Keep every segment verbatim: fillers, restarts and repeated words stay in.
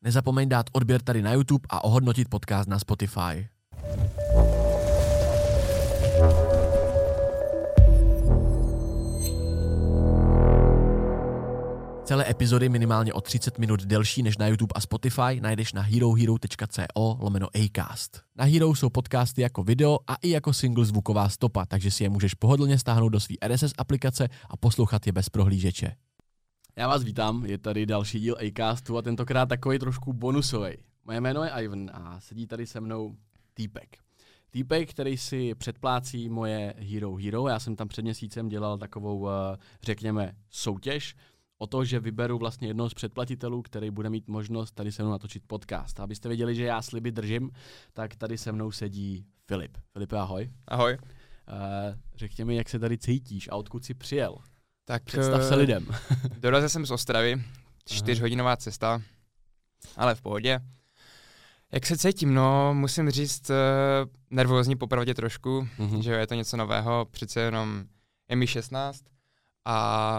Nezapomeň dát odběr tady na YouTube a ohodnotit podcast na Spotify. Celé epizody minimálně o třicet minut delší než na YouTube a Spotify najdeš na herohero tečka co lomeno Acast. Na Hero jsou podcasty jako video a i jako single zvuková stopa, takže si je můžeš pohodlně stáhnout do své R S S aplikace a poslouchat je bez prohlížeče. Já vás vítám, je tady další díl Acastu a tentokrát takový trošku bonusový. Moje jméno je Ivan a sedí tady se mnou Týpek. Týpek, který si předplácí moje Hero Hero. Já jsem tam před měsícem dělal takovou, řekněme, soutěž o to, že vyberu vlastně jednoho z předplatitelů, který bude mít možnost tady se mnou natočit podcast. A abyste věděli, že já sliby držím, tak tady se mnou sedí Filip. Filipe, ahoj. Ahoj. Uh, řekni mi, jak se tady cítíš a odkud jsi přijel. Tak představ se lidem. Dorazil jsem z Ostravy, čtyřhodinová cesta, ale v pohodě. Jak se cítím? No, musím říct, uh, nervózní popravdě trošku, mm-hmm. že je to něco nového, přece jenom je mi šestnáct a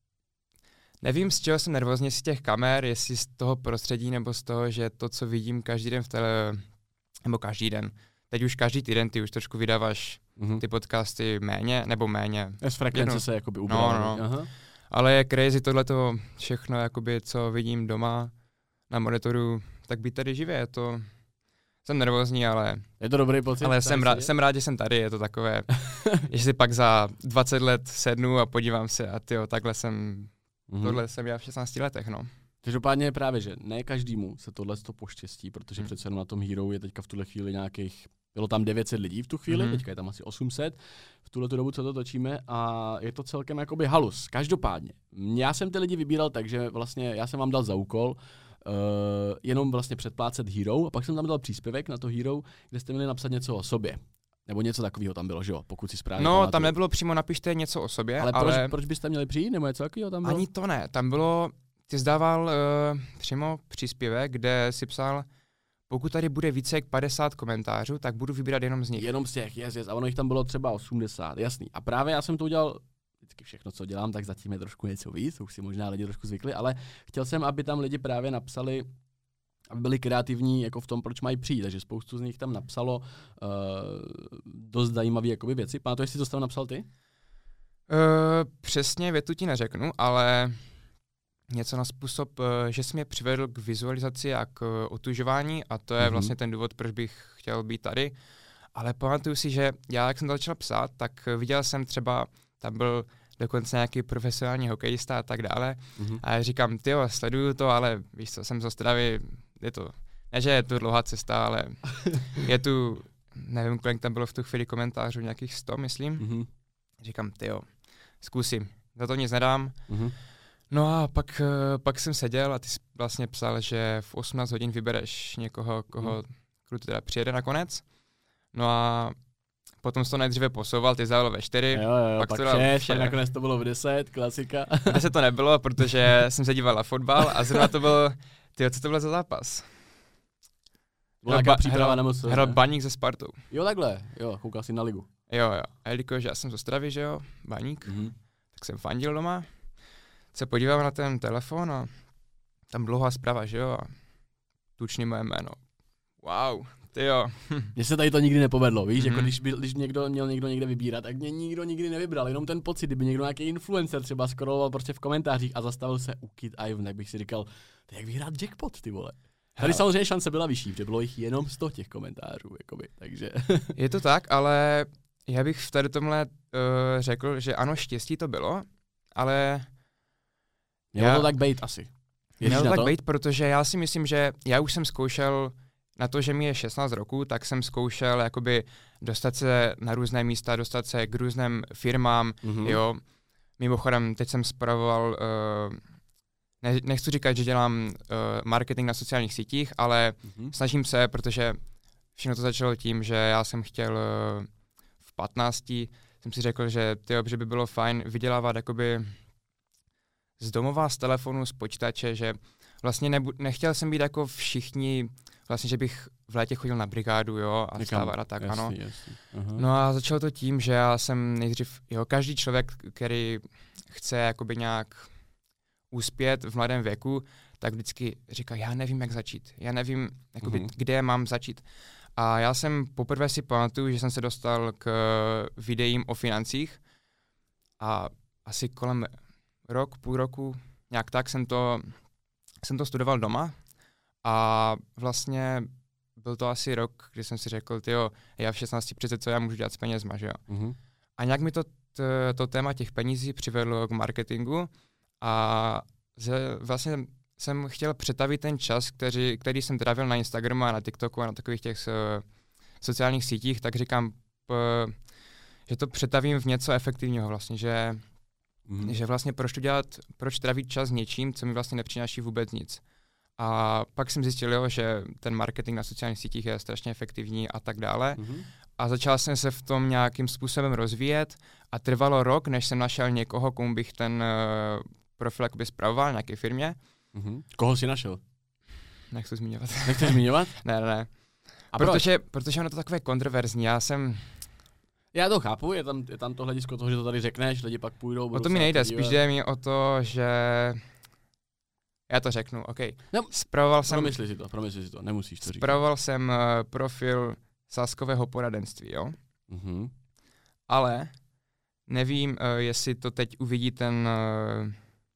nevím, z čeho jsem nervózní, z těch kamer, jestli z toho prostředí nebo z toho, že to, co vidím každý den v tele, nebo každý den, teď už každý týden ty už trošku vydáváš mm-hmm. ty podcasty méně, nebo méně. Z frekvence Jedno. se jakoby ubrala. No, no. Aha. Ale je crazy tohleto všechno, jakoby, co vidím doma na monitoru, tak být tady živě, je to... Jsem nervózní, ale... Je to dobrý pocit? Ale jsem rád, jsem rád, že jsem tady, je to takové, že si pak za dvacet let sednu a podívám se a tyjo, takhle jsem... Mm-hmm. Tohle jsem já v šestnácti letech, no. Každopádně je právě, že ne každému se tohle to poštěstí, protože mm. přece na tom Hero je teďka v tuhle chvíli nějakých, bylo tam devět set lidí v tu chvíli, mm. teďka je tam asi osm set v tuhle dobu, co to točíme a je to celkem jakoby halus. Každopádně, já jsem ty lidi vybíral tak, že vlastně já jsem vám dal za úkol uh, jenom vlastně předplácet Hero a pak jsem tam dal příspěvek na to Hero, kde jste měli napsat něco o sobě. Nebo něco takového tam bylo, že jo, pokud si správně No, pamatuju. tam nebylo přímo napište něco o sobě, ale... ale... Proč, proč byste měli přijít, nebo něco takového tam bylo? Ani to ne, tam bylo, ty zdával uh, přímo příspěvek, kde si psal, pokud tady bude více jak padesát komentářů, tak budu vybírat jenom z nich. Jenom z těch, yes, yes. A ono jich tam bylo třeba osmdesát, jasný. A právě já jsem to udělal, vždycky všechno, co dělám, tak zatím je trošku něco víc, už si možná lidi trošku zvykli, ale chtěl jsem, aby tam lidi právě napsali, aby byli kreativní jako v tom, proč mají přijít. Takže spoustu z nich tam napsalo uh, dost zajímavé jakoby věci. Pamatuješ si, co jsi tam napsal ty? Uh, přesně větu ti neřeknu, ale něco na způsob, uh, že jsi mě přivedl k vizualizaci a k uh, otužování a to je mm-hmm. vlastně ten důvod, proč bych chtěl být tady. Ale pamatuju si, že já, jak jsem začal psát, tak viděl jsem třeba, tam byl dokonce nějaký profesionální hokejista a tak dále. Mm-hmm. A já říkám, tyjo, sleduju to, ale víš co, jsem z Ostravy, je to, ne, že je to dlouhá cesta, ale je tu, nevím, kolik tam bylo v tu chvíli komentářů, nějakých sto, myslím. Mm-hmm. Říkám, tyjo, zkusím, za to nic nedám. Mm-hmm. No a pak, pak jsem seděl a ty jsi vlastně psal, že v osmnáct hodin vybereš někoho, koho mm. kdo teda přijede nakonec. No a potom jsi to nejdříve posouval, ty zavolal ve čtyři. Jo, jo, pak, pak to šest, pak nakonec to bylo v deset, klasika. V deset to nebylo, protože jsem se díval na fotbal a zrovna to byl, tyjo, co to bylo za zápas? Byla nějaká příprava na moc. Hrál Baník se Spartou. Jo, takhle, jo, koukal jsi na ligu. Jo, jo, a jelikož já jsem z Ostravy, že jo, Baník, mm-hmm. tak jsem fandil doma, se podívám na ten telefon a tam dlouhá zpráva, že jo, a tučný moje jméno. Wow. Tyjo. Mně se tady to nikdy nepovedlo, víš, mm-hmm. jako když, by, když někdo měl někdo někde vybírat, tak mě nikdo nikdy nevybral, jenom ten pocit, kdyby někdo nějaký influencer třeba scrolloval prostě v komentářích a zastavil se u Kid Ivan, tak bych si říkal, to jak vyhrát jackpot, ty vole. Tady Hell. Samozřejmě šance byla vyšší, protože bylo jich jenom sto těch komentářů, jakoby, takže. Je to tak, ale já bych v tady tomhle uh, řekl, že ano, štěstí to bylo, ale... Mělo já... to tak bejt asi. Mělo to tak bejt, protože já si myslím, že já už jsem zkoušel na to, že mi je šestnáct roků, tak jsem zkoušel jakoby dostat se na různé místa, dostat se k různým firmám, mm-hmm. jo. Mimochodem, teď jsem spravoval, uh, ne, nechci říkat, že dělám uh, marketing na sociálních sítích, ale mm-hmm. snažím se, protože všechno to začalo tím, že já jsem chtěl uh, v patnácti, jsem si řekl, že, tyjo, že by bylo fajn vydělávat jakoby z domova, z telefonu, z počítače, že vlastně nebu- nechtěl jsem být jako všichni, vlastně, že bych v létě chodil na brigádu, jo, a stávat a tak, jasný, ano. Jasný. No a začalo to tím, že já jsem nejdřív, jo, každý člověk, který chce jakoby nějak uspět v mladém věku, tak vždycky říká, já nevím, jak začít. Já nevím, jakoby, mm-hmm. kde mám začít. A já jsem poprvé si pamatuju, že jsem se dostal k videím o financích a asi kolem rok, půl roku, nějak tak jsem to, jsem to studoval doma a vlastně byl to asi rok, kdy jsem si řekl, tyjo, já v šestnácti přece co já můžu dělat s penězma, že jo. Mm-hmm. A nějak mi to, t, to téma těch penězí přivedlo k marketingu a ze, vlastně jsem chtěl přetavit ten čas, který, který jsem trávil na Instagramu a na TikToku a na takových těch so, sociálních sítích, tak říkám, p, že to přetavím v něco efektivního vlastně, že, mm. že vlastně proč to dělat, proč trávit čas něčím, co mi vlastně nepřináší vůbec nic. A pak jsem zjistil, jo, že ten marketing na sociálních sítích je strašně efektivní a tak dále. Mm. A začal jsem se v tom nějakým způsobem rozvíjet a trvalo rok, než jsem našel někoho, komu bych ten uh, profil jakoby spravoval, nějaké firmě. Mm-hmm. Koho jsi našel? Nechci zmiňovat. Nechceš zmiňovat? ne, ne, ne. A protože, protože ono to takové kontroverzní, já jsem... Já to chápu, je tam, je tam to hledisko toho, že to tady řekneš, lidi pak půjdou. O to mi nejde, spíš jde mi o to, že... Já to řeknu, OK. No, spravoval jsem... Promysli si to, promysli si to, nemusíš to říct. Spravoval jsem uh, profil sázkového poradenství, jo? Mm-hmm. Ale nevím, uh, jestli to teď uvidí ten... Uh,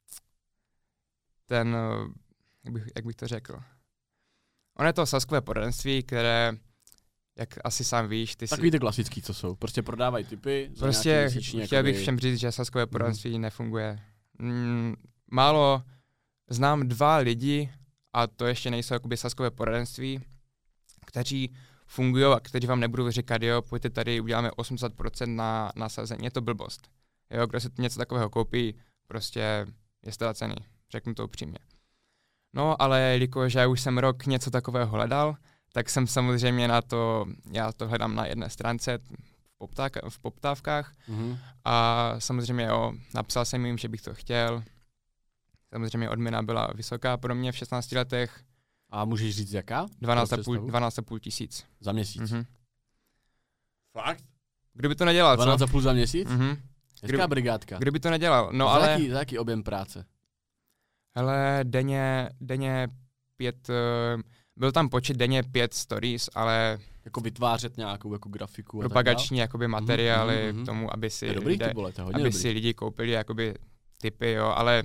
ten, uh, jak, bych, jak bych to řekl. Ono je to sázkové poradenství, které, jak asi sám víš, ty Takový si... ty klasický, co jsou. Prostě prodávají typy. Prostě chtěl jakoby... bych všem říct, že sázkové poradenství mm. nefunguje. Mm, málo... Znám dva lidi, a to ještě nejsou jakoby sázkové poradenství, kteří fungují a kteří vám nebudou říkat, jo, pojďte tady, uděláme osmdesát procent na, na sazení. Je to blbost. Jo, kdo si něco takového koupí, prostě je ztracený. Řeknu to upřímně. No, ale jelikož já už jsem rok něco takového hledal, tak jsem samozřejmě na to, já to hledám na jedné stránce v, poptávka, v poptávkách mm-hmm. a samozřejmě jo, napsal jsem jim, že bych to chtěl. Samozřejmě odměna byla vysoká pro mě v šestnácti letech. A můžeš říct jaká? dvanáct a půl tisíc. Za měsíc? Mm-hmm. Fakt? Kdo by to nedělal, co? dvanáct a půl za měsíc? Mm-hmm. Hezká brigádka. Kdo by to nedělal? No za ale... Jaký, za jaký objem práce? Hele, denně, denně pět... Uh, byl tam počet denně pět stories, ale... Jako vytvářet nějakou jako grafiku a propagační jakoby materiály mm-hmm. k tomu, aby si, dobrý, lidé, vole, to aby si lidi koupili jakoby tipy, jo, ale...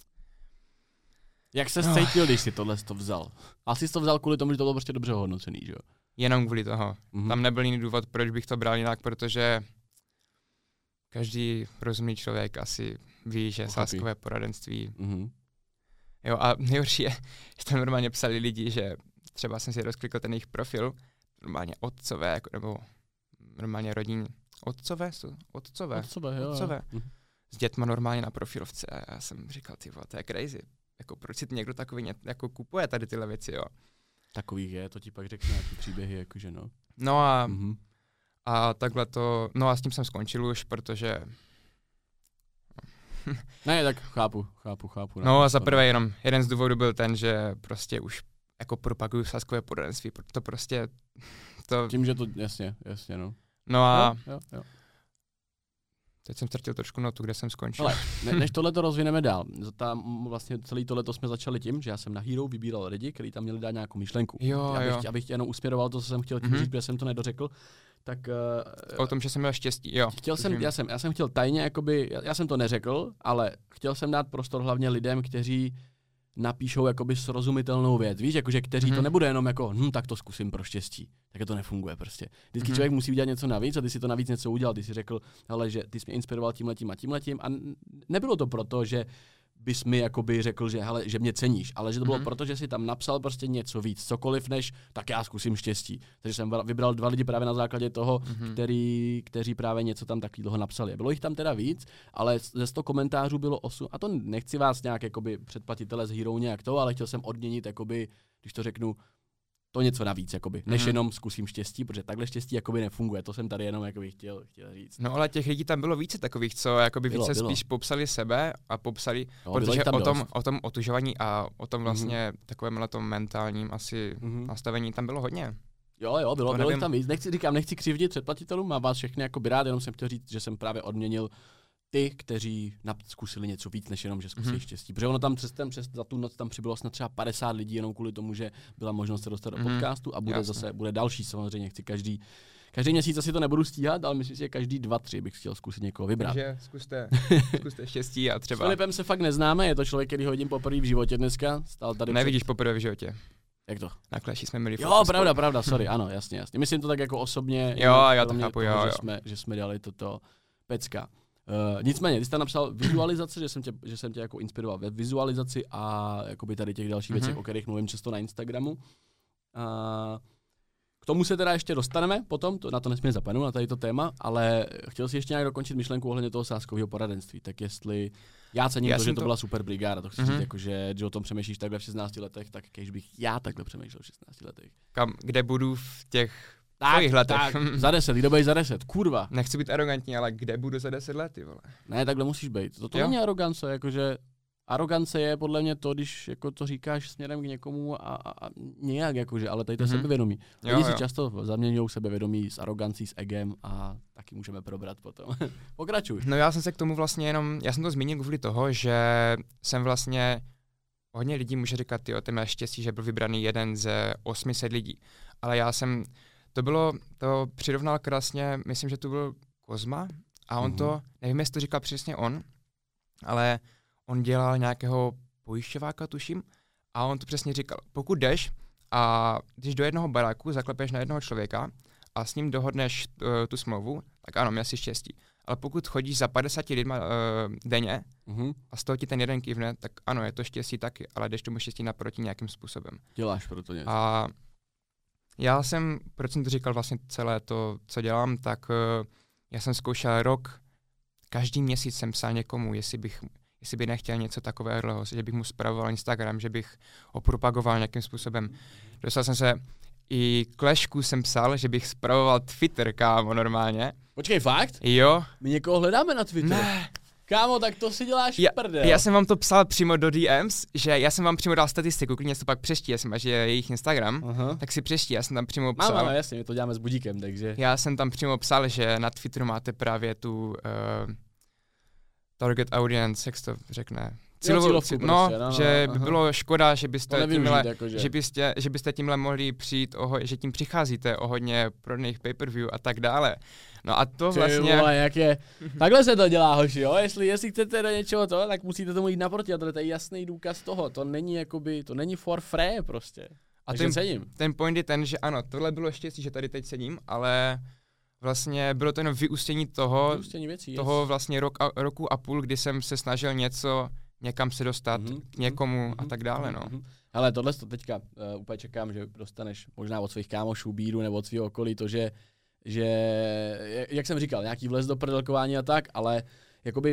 Jak se cítil, když jsi tohle to vzal? Asi jsi to vzal kvůli tomu, že to bylo prostě dobře hodnocený, že jo? Jenom kvůli toho. Mm-hmm. Tam nebyl jiný důvod, proč bych to bral jinak, protože každý rozumný člověk asi ví, že sázkové poradenství. Mm-hmm. Jo, a nejhorší je, že tam normálně psali lidi, že třeba jsem si rozklikl ten jejich profil, normálně otcové, jako, nebo normálně rodin, otcové, otcové, otcové, jo, otcové. Jo. S dětma normálně na profilovce a já jsem říkal, ty vole, to je crazy. Jako proč si někdo takový ně, jako kupuje tady tyhle věci, jo. Takových je, to ti pak řekne nějaký příběhy, jakože no. No a, mm-hmm. a takhle to, no a s tím jsem skončil už, protože... Ne, tak chápu, chápu, chápu. No a za prvé jenom jeden z důvodů byl ten, že prostě už jako propaguju sázkové poradenství, to prostě... To... Tím, že to, jasně, jasně, no. No a... Jo, jo, jo. Teď jsem ztratil trošku notu, kde jsem skončil. Ale ne, než tohle to rozvineme dál, tam vlastně celý tohleto jsme začali tím, že já jsem na Hero vybíral lidi, kteří tam měli dát nějakou myšlenku. Jo, abych, jo. abych tě jenom usměroval to, co jsem chtěl tím mm-hmm. říct, protože jsem to nedořekl. Tak, uh, o tom, že jsem měl štěstí, jo. Chtěl jsem, já, jsem, já jsem chtěl tajně, jakoby, já, já jsem to neřekl, ale chtěl jsem dát prostor hlavně lidem, kteří napíšou jakoby srozumitelnou věc, víš, jakože kteří mm-hmm. to nebude jenom jako, hm, tak to zkusím pro štěstí, tak to nefunguje prostě. Vždycky mm-hmm. člověk musí udělat něco navíc a ty si to navíc něco udělal, ty si řekl, hele, že ty jsi mě inspiroval tímhletím a tímhletím a nebylo to proto, že bys mi jakoby řekl, že, hele, že mě ceníš, ale že to bylo mm-hmm. proto, že si tam napsal prostě něco víc, cokoliv než, tak já zkusím štěstí. Takže jsem vybral dva lidi právě na základě toho, mm-hmm. který, kteří právě něco tam takového napsali. Bylo jich tam teda víc, ale ze sto komentářů bylo osm, a to nechci vás nějak jakoby předplatitele z Hero nějak to, ale chtěl jsem odměnit, jakoby, když to řeknu, to něco navíc, jakoby, než mm. jenom zkusím štěstí, protože takhle štěstí jakoby nefunguje, to jsem tady jenom jakoby chtěl, chtěl říct. No ale těch lidí tam bylo více takových, co jakoby bylo, více bylo. Spíš popsali sebe a popsali, no, protože o tom, o tom otužování a o tom vlastně mm. takovémhle tom mentálním asi mm. nastavení tam bylo hodně. Jo, jo, bylo, bylo tam víc, nechci, říkám, nechci křivdit předplatitelům, mám vás všechny jako rád, jenom jsem chtěl říct, že jsem právě odměnil ty, kteří zkusili něco víc, než jenom, že zkusili mm-hmm. štěstí. Protože ono tam přes, ten, přes za tu noc tam přibylo snad třeba padesát lidí, jenom kvůli tomu, že byla možnost se dostat mm-hmm. do podcastu a bude Jasne. zase bude další samozřejmě. Chci každý, každý měsíc asi to nebudu stíhat, ale myslím si, že každý dva, tři bych chtěl zkusit někoho vybrat. Takže zkuste, zkuste štěstí a třeba... S Filipem se fakt neznáme, je to člověk, který ho vidím poprvé v životě dneska. Stál tady Nevidíš před... poprvé v životě. Jak to? Na Clashi jsme měli Jo, pravda, pravda, sorry, ano, jasně, jasně. Myslím to tak jako osobně. Jo, já to chápu, jo, toho, jo. Že jsme, že jsme dali toto pecka. Uh, nicméně, ty jsi tam napsal vizualizace, že jsem tě, že jsem tě jako inspiroval ve vizualizaci a jakoby tady těch dalších mm-hmm. věcech, o kterých mluvím často na Instagramu. Uh, k tomu se teda ještě dostaneme potom, to, na to nesmím zapomenout, na tady to téma, ale chtěl si ještě nějak dokončit myšlenku ohledně toho sázkového poradenství. Tak jestli, já cením já to, že to, to byla super brigáda, to chci mm-hmm. říct, jako, že, že o tom přemýšlíš takhle v šestnácti letech, tak kež bych já takhle přemýšlel v šestnácti letech. Kam, kde budu v těch Tak, tak, za deset, kdo budeš za deset, kurva. Nechci být arrogantní, ale kde budu za deset let, ty vole? Ne, takhle musíš být. To, to není arogance, jakože arogance je podle mě to, když jako to říkáš směrem k někomu a, a, a nějak, jakože, ale tady to je mm-hmm. sebevědomí. Lidi si často zaměňují sebevědomí s arogancí, s egem a taky můžeme probrat potom. Pokračuj. No já jsem se k tomu vlastně jenom, já jsem to zmínil kvůli toho, že jsem vlastně, hodně lidí může říkat, tyjo, ty máš štěstí, že byl vybraný jeden ze osmi set lidí, ale já jsem To bylo, to přirovnal krásně, myslím, že to byl Kozma a on mm-hmm. to, nevím, jestli to říkal přesně on, ale on dělal nějakého pojišťováka, tuším, a on to přesně říkal, pokud jdeš a když do jednoho baráku zaklepeš na jednoho člověka a s ním dohodneš uh, tu smlouvu, tak ano, měl jsi štěstí. Ale pokud chodíš za padesáti lidma uh, denně mm-hmm. a z toho ti ten jeden kývne, tak ano, je to štěstí taky, ale jdeš tomu štěstí naproti nějakým způsobem. Děláš proto něco. A já jsem, proč jsem to říkal vlastně celé to, co dělám, tak uh, já jsem zkoušel rok, každý měsíc jsem psal někomu, jestli bych, jestli by nechtěl něco takového, že bych mu spravoval Instagram, že bych ho propagoval nějakým způsobem. Dostal jsem se, i Clashku jsem psal, že bych spravoval Twitter, kámo, normálně. Počkej, fakt? Jo. My někoho hledáme na Twitteru. Ne. Kámo, tak to si děláš já, prdel. Já jsem vám to psal přímo do D Ms, že já jsem vám přímo dal statistiku, klidně to pak přeští, jestli máš jejich Instagram, uh-huh. tak si přeští, já jsem tam přímo psal. Mám, ale jasně, my to děláme s budíkem, takže... Já jsem tam přímo psal, že na Twitteru máte právě tu uh, target audience, jak se to řekne? Cílovou, cílovku, no, prostě, no, no, že no, by bylo škoda, že byste, tímhle, jako, že? Že, byste, že byste tímhle mohli přijít, o, že tím přicházíte o hodně prodejných pay-per-view a tak dále. No a to Ty vlastně... Vole, jak je... Takhle se to dělá, hoši, jo? Jestli, jestli chcete do něčeho to, tak musíte tomu jít naproti a to je jasný důkaz toho. To není jakoby, to není for free prostě. A ten, ten point je ten, že ano, tohle bylo štěstí, že tady teď sedím, ale vlastně bylo to jenom vyústění toho, vyústění věcí, toho vlastně rok a, roku a půl, kdy jsem se snažil něco, někam se dostat, mm-hmm, k někomu mm-hmm, a tak dále, no. Mm-hmm. Hele, tohle to teďka uh, úplně čekám, že dostaneš možná od svých kámošů bídu nebo od svého okolí to, že, že, jak jsem říkal, nějaký vlez do prdelkování a tak, ale jakoby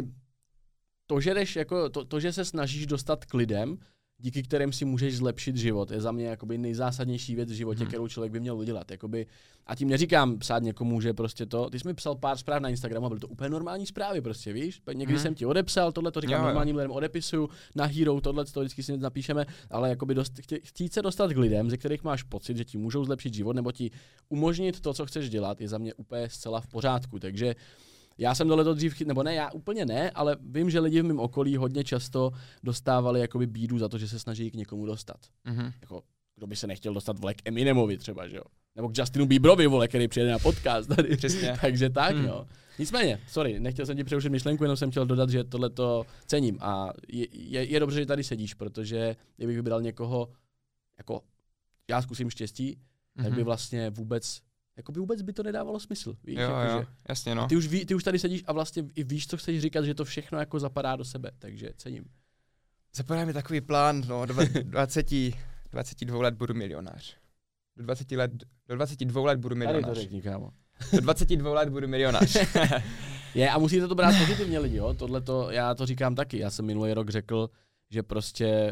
to, že jdeš, jako, to, to, že se snažíš dostat k lidem, díky kterým si můžeš zlepšit život, je za mě jakoby nejzásadnější věc v životě, hmm. kterou člověk by měl udělat. Jakoby, a tím neříkám psát někomu, že prostě to, ty jsi mi psal pár zpráv na Instagramu, byly to úplně normální zprávy, prostě víš, někdy hmm. jsem ti odepsal, tohle to říkám jo, normálním jo. lidem, odepisuju, na Hero, tohle to vždycky si napíšeme, ale jakoby dost, chtě, chtít se dostat k lidem, ze kterých máš pocit, že ti můžou zlepšit život nebo ti umožnit to, co chceš dělat, je za mě úplně zcela v pořádku, takže já jsem tohleto dřív, nebo ne, já úplně ne, ale vím, že lidi v mém okolí hodně často dostávali jakoby bídu za to, že se snaží k někomu dostat. Mm-hmm. Jako, kdo by se nechtěl dostat vole k Eminemovi třeba, že jo? Nebo k Justinu Bieberovi, vole, který přijede na podcast tady. Přesně. Takže tak, mm. no. Nicméně, sorry, nechtěl jsem ti přerušit myšlenku, jenom jsem chtěl dodat, že tohleto cením a je, je, je dobře, že tady sedíš, protože kdybych vybral někoho, jako já zkusím štěstí, mm-hmm. tak by vlastně vůbec Jakoby vůbec by to nedávalo smysl, víš? Jo, jako, jo, že jasně, no. Ty už, ví, ty už tady sedíš a vlastně i víš, co chceš říkat, že to všechno jako zapadá do sebe, takže cením. Zapadá mi takový plán, no, do dvacet, dvacet dva let budu milionář. Do dvacet let, do dvacet dva let budu milionář. Tady to řekni, kámo. Do dvacet dva let budu milionář. Je, a musíte to brát pozitivně lidi, jo? Tohle to, já to říkám taky, já jsem minulý rok řekl, že prostě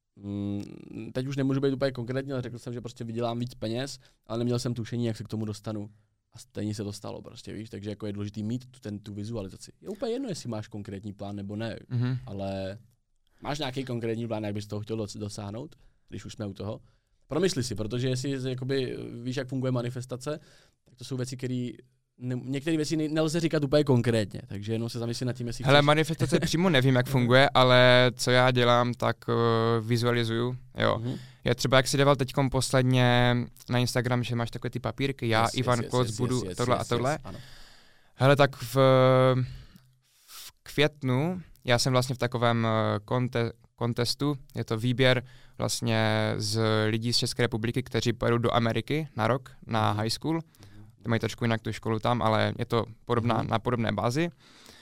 teď už nemůžu být úplně konkrétní, ale řekl jsem, že prostě vydělám víc peněz, ale neměl jsem tušení, jak se k tomu dostanu. A stejně se to stalo prostě, víš, takže jako je důležitý mít tu, ten, tu vizualizaci. Je úplně jedno, jestli máš konkrétní plán nebo ne, mm-hmm. ale máš nějaký konkrétní plán, jak bys toho chtěl dosáhnout, když už jsme u toho. Promysli si, protože jestli jakoby víš, jak funguje manifestace, tak to jsou věci, které ne, některé věci ne, nelze říkat úplně konkrétně, takže jenom se zamyslím nad tím, jestli Hele, chceš... manifestace přímo nevím, jak funguje, ale co já dělám, tak uh, vizualizuju, jo. Mm-hmm. Já třeba, jak si dával teďkom posledně na Instagram, že máš takové ty papírky, já, yes, Ivan yes, Koc, yes, budu yes, yes, tohle yes, a tohle. Yes, ano. Hele, tak v, v květnu, já jsem vlastně v takovém konte, kontestu, je to výběr vlastně z lidí z České republiky, kteří pojedou do Ameriky na rok, na high school. Ty mají trošku jinak tu školu tam, ale je to podobná, na podobné bázi.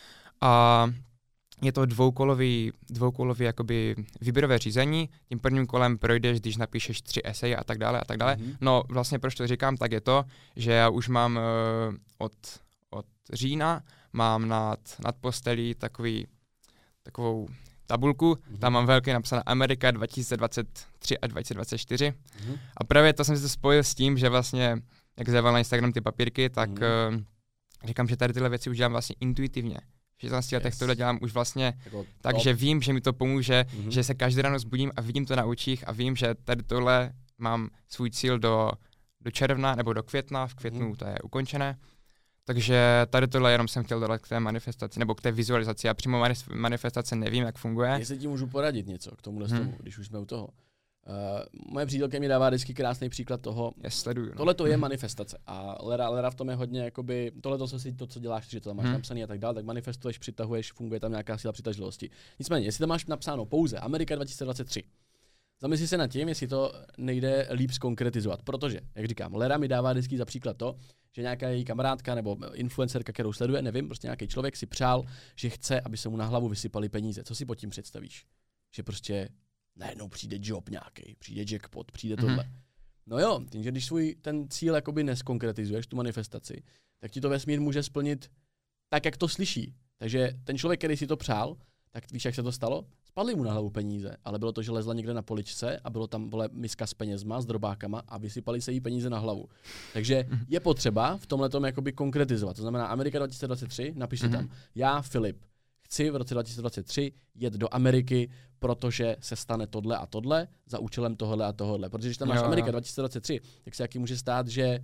A je to dvoukolový, dvoukolový jakoby výběrové řízení. Tím prvním kolem projdeš, když napíšeš tři eseje a tak dále a tak dále. Mm-hmm. No vlastně proč to říkám, tak je to, že já už mám uh, od, od října mám nad, nad postelí takový, takovou tabulku, mm-hmm. tam mám velké napsané Amerika dva tisíce dvacet tři a dva tisíce dvacet čtyři. Mm-hmm. A právě to jsem si to spojil s tím, že vlastně, jak zadával na Instagram ty papírky, tak mm-hmm. uh, říkám, že tady tyhle věci už dělám vlastně intuitivně. V šestnácti letech yes. tohle dělám už vlastně, jako takže vím, že mi to pomůže, mm-hmm. že se každý ráno zbudím a vidím to na očích a vím, že tady tohle mám svůj cíl do, do června nebo do května, v květnu mm-hmm. to je ukončené. Takže tady tohle jenom jsem chtěl dodat k té manifestaci, nebo k té vizualizaci. Já přímo manifestace nevím, jak funguje. Jestli ti můžu poradit něco k tomuhle hmm. tomu, když už jsme u toho. Uh, moje přítelkyně mi dává vždycky krásný příklad toho. Já sleduju. No. Tohle to je manifestace a Lera, Lera v tom je hodně jakoby, tohle to, co si, to, co děláš, že to tam máš hmm. napsaný a tak dále, tak manifestuješ, přitahuješ, funguje tam nějaká síla přitažlivosti. Nicméně, jestli tam máš napsáno pouze Amerika dva tisíce dvacet tři, zamysli se nad tím, jestli to nejde líp zkonkretizovat, protože, jak říkám, Lera mi dává vždycky za příklad to, že nějaká její kamarádka nebo influencerka, kterou sleduje, nevím, prostě nějaký člověk si přál, že chce, aby se mu na hlavu vysypaly peníze. Co si pod tím představíš? Že prostě najednou přijde job nějaký, přijde jackpot, přijde mm-hmm. tohle. No jo, tím, že když svůj ten cíl jakoby neskonkretizuješ, tu manifestaci, tak ti to vesmír může splnit tak, jak to slyší. Takže ten člověk, který si to přál, tak víš, jak se to stalo? Spadly mu na hlavu peníze, ale bylo to, že lezla někde na poličce a bylo tam vole, miska s penězma, s drobákama a vysypaly se jí peníze na hlavu. Takže je potřeba v tomhletom jakoby konkretizovat. To znamená Amerika dva tisíce dvacet tři, napiš si tam, já Filip, chci v roce dva tisíce dvacet tři jet do Ameriky, protože se stane tohle a tohle za účelem tohle a tohle. Protože když tam máš jo, Amerika jo. dva tisíce dvacet tři, tak se jaký může stát, že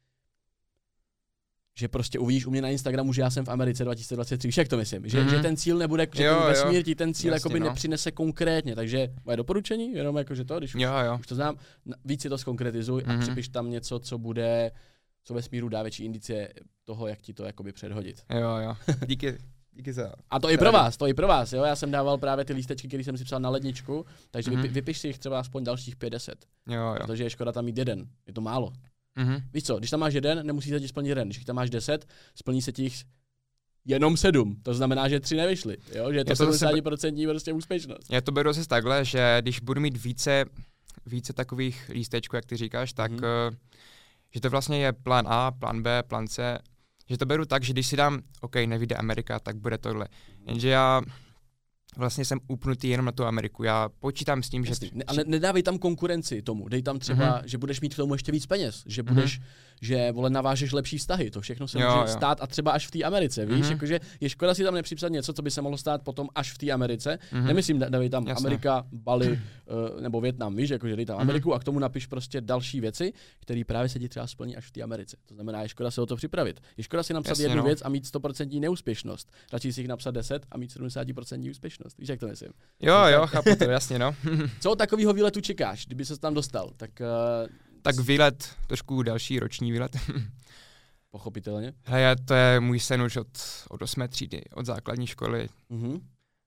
že prostě uvidíš u mě na Instagramu, že já jsem v Americe dva tisíce dvacet tři, víš, jak to myslím, že, mm-hmm. že ten cíl nebude, že jo, ten vesmír ti ten cíl jakoby no. nepřinese konkrétně, takže moje doporučení, jenom jakože to, když už, jo, jo. už to znám, víc si to zkonkretizuj mm-hmm. a připiš tam něco, co bude, co vesmíru dá větší indicie toho, jak ti to jakoby předhodit. Jo, jo, díky. Díky za. A to i pro vás, to i pro vás, jo, já jsem dával právě ty lístečky, které jsem si psal na ledničku, takže mm-hmm. vypi, vypiš si jich třeba aspoň dalších pět deset, jo, jo. protože je škoda tam mít jeden, je to málo. Mm-hmm. Víš co, když tam máš jeden, nemusí se ti splnit jeden. Když tam máš deset, splní se ti jich jenom sedm. To znamená, že tři nevyšly. Jo? Že je to sedmdesát procent prostě úspěšnost. Já to beru zase takhle, že když budu mít více, více takových lístečků, jak ty říkáš, tak mm-hmm. uh, že to vlastně je plán A, plán B, plán C. Že to beru tak, že když si dám, OK, nevyjde Amerika, tak bude tohle. Mm-hmm. Jenže já vlastně jsem upnutý jenom na tu Ameriku. Já počítám s tím, Jasný. že... Ne, ale nedávej tam konkurenci tomu. Dej tam třeba, mm-hmm. že budeš mít k tomu ještě víc peněz. Že budeš, mm-hmm. že vole, navážeš lepší vztahy. To všechno se jo, může jo. stát a třeba až v té Americe. Víš, mm-hmm. jakože je škoda si tam nepřipsat něco, co by se mohlo stát potom až v té Americe. Mm-hmm. Nemyslím, dávej tam Jasne. Amerika, Bali uh, nebo Vietnam, víš, jakože dej tam mm-hmm. Ameriku a k tomu napiš prostě další věci, které právě se ti třeba splní až v té Americe. To znamená, je škoda se o to připravit. Je škoda si napsat Jasně, jednu no. věc a mít sto procent neúspěšnost. Radši si jich napsat deset a mít sedmdesát procent úspěšnost. Víš, jak to myslím? Jo, jo, chápu to, jasně, no. Co od takového výletu čekáš, kdyby se tam dostal? Tak, uh, tak výlet, trošku další roční výlet. Pochopitelně. Hele, to je můj sen už od, od osmé třídy, od základní školy. Mm-hmm.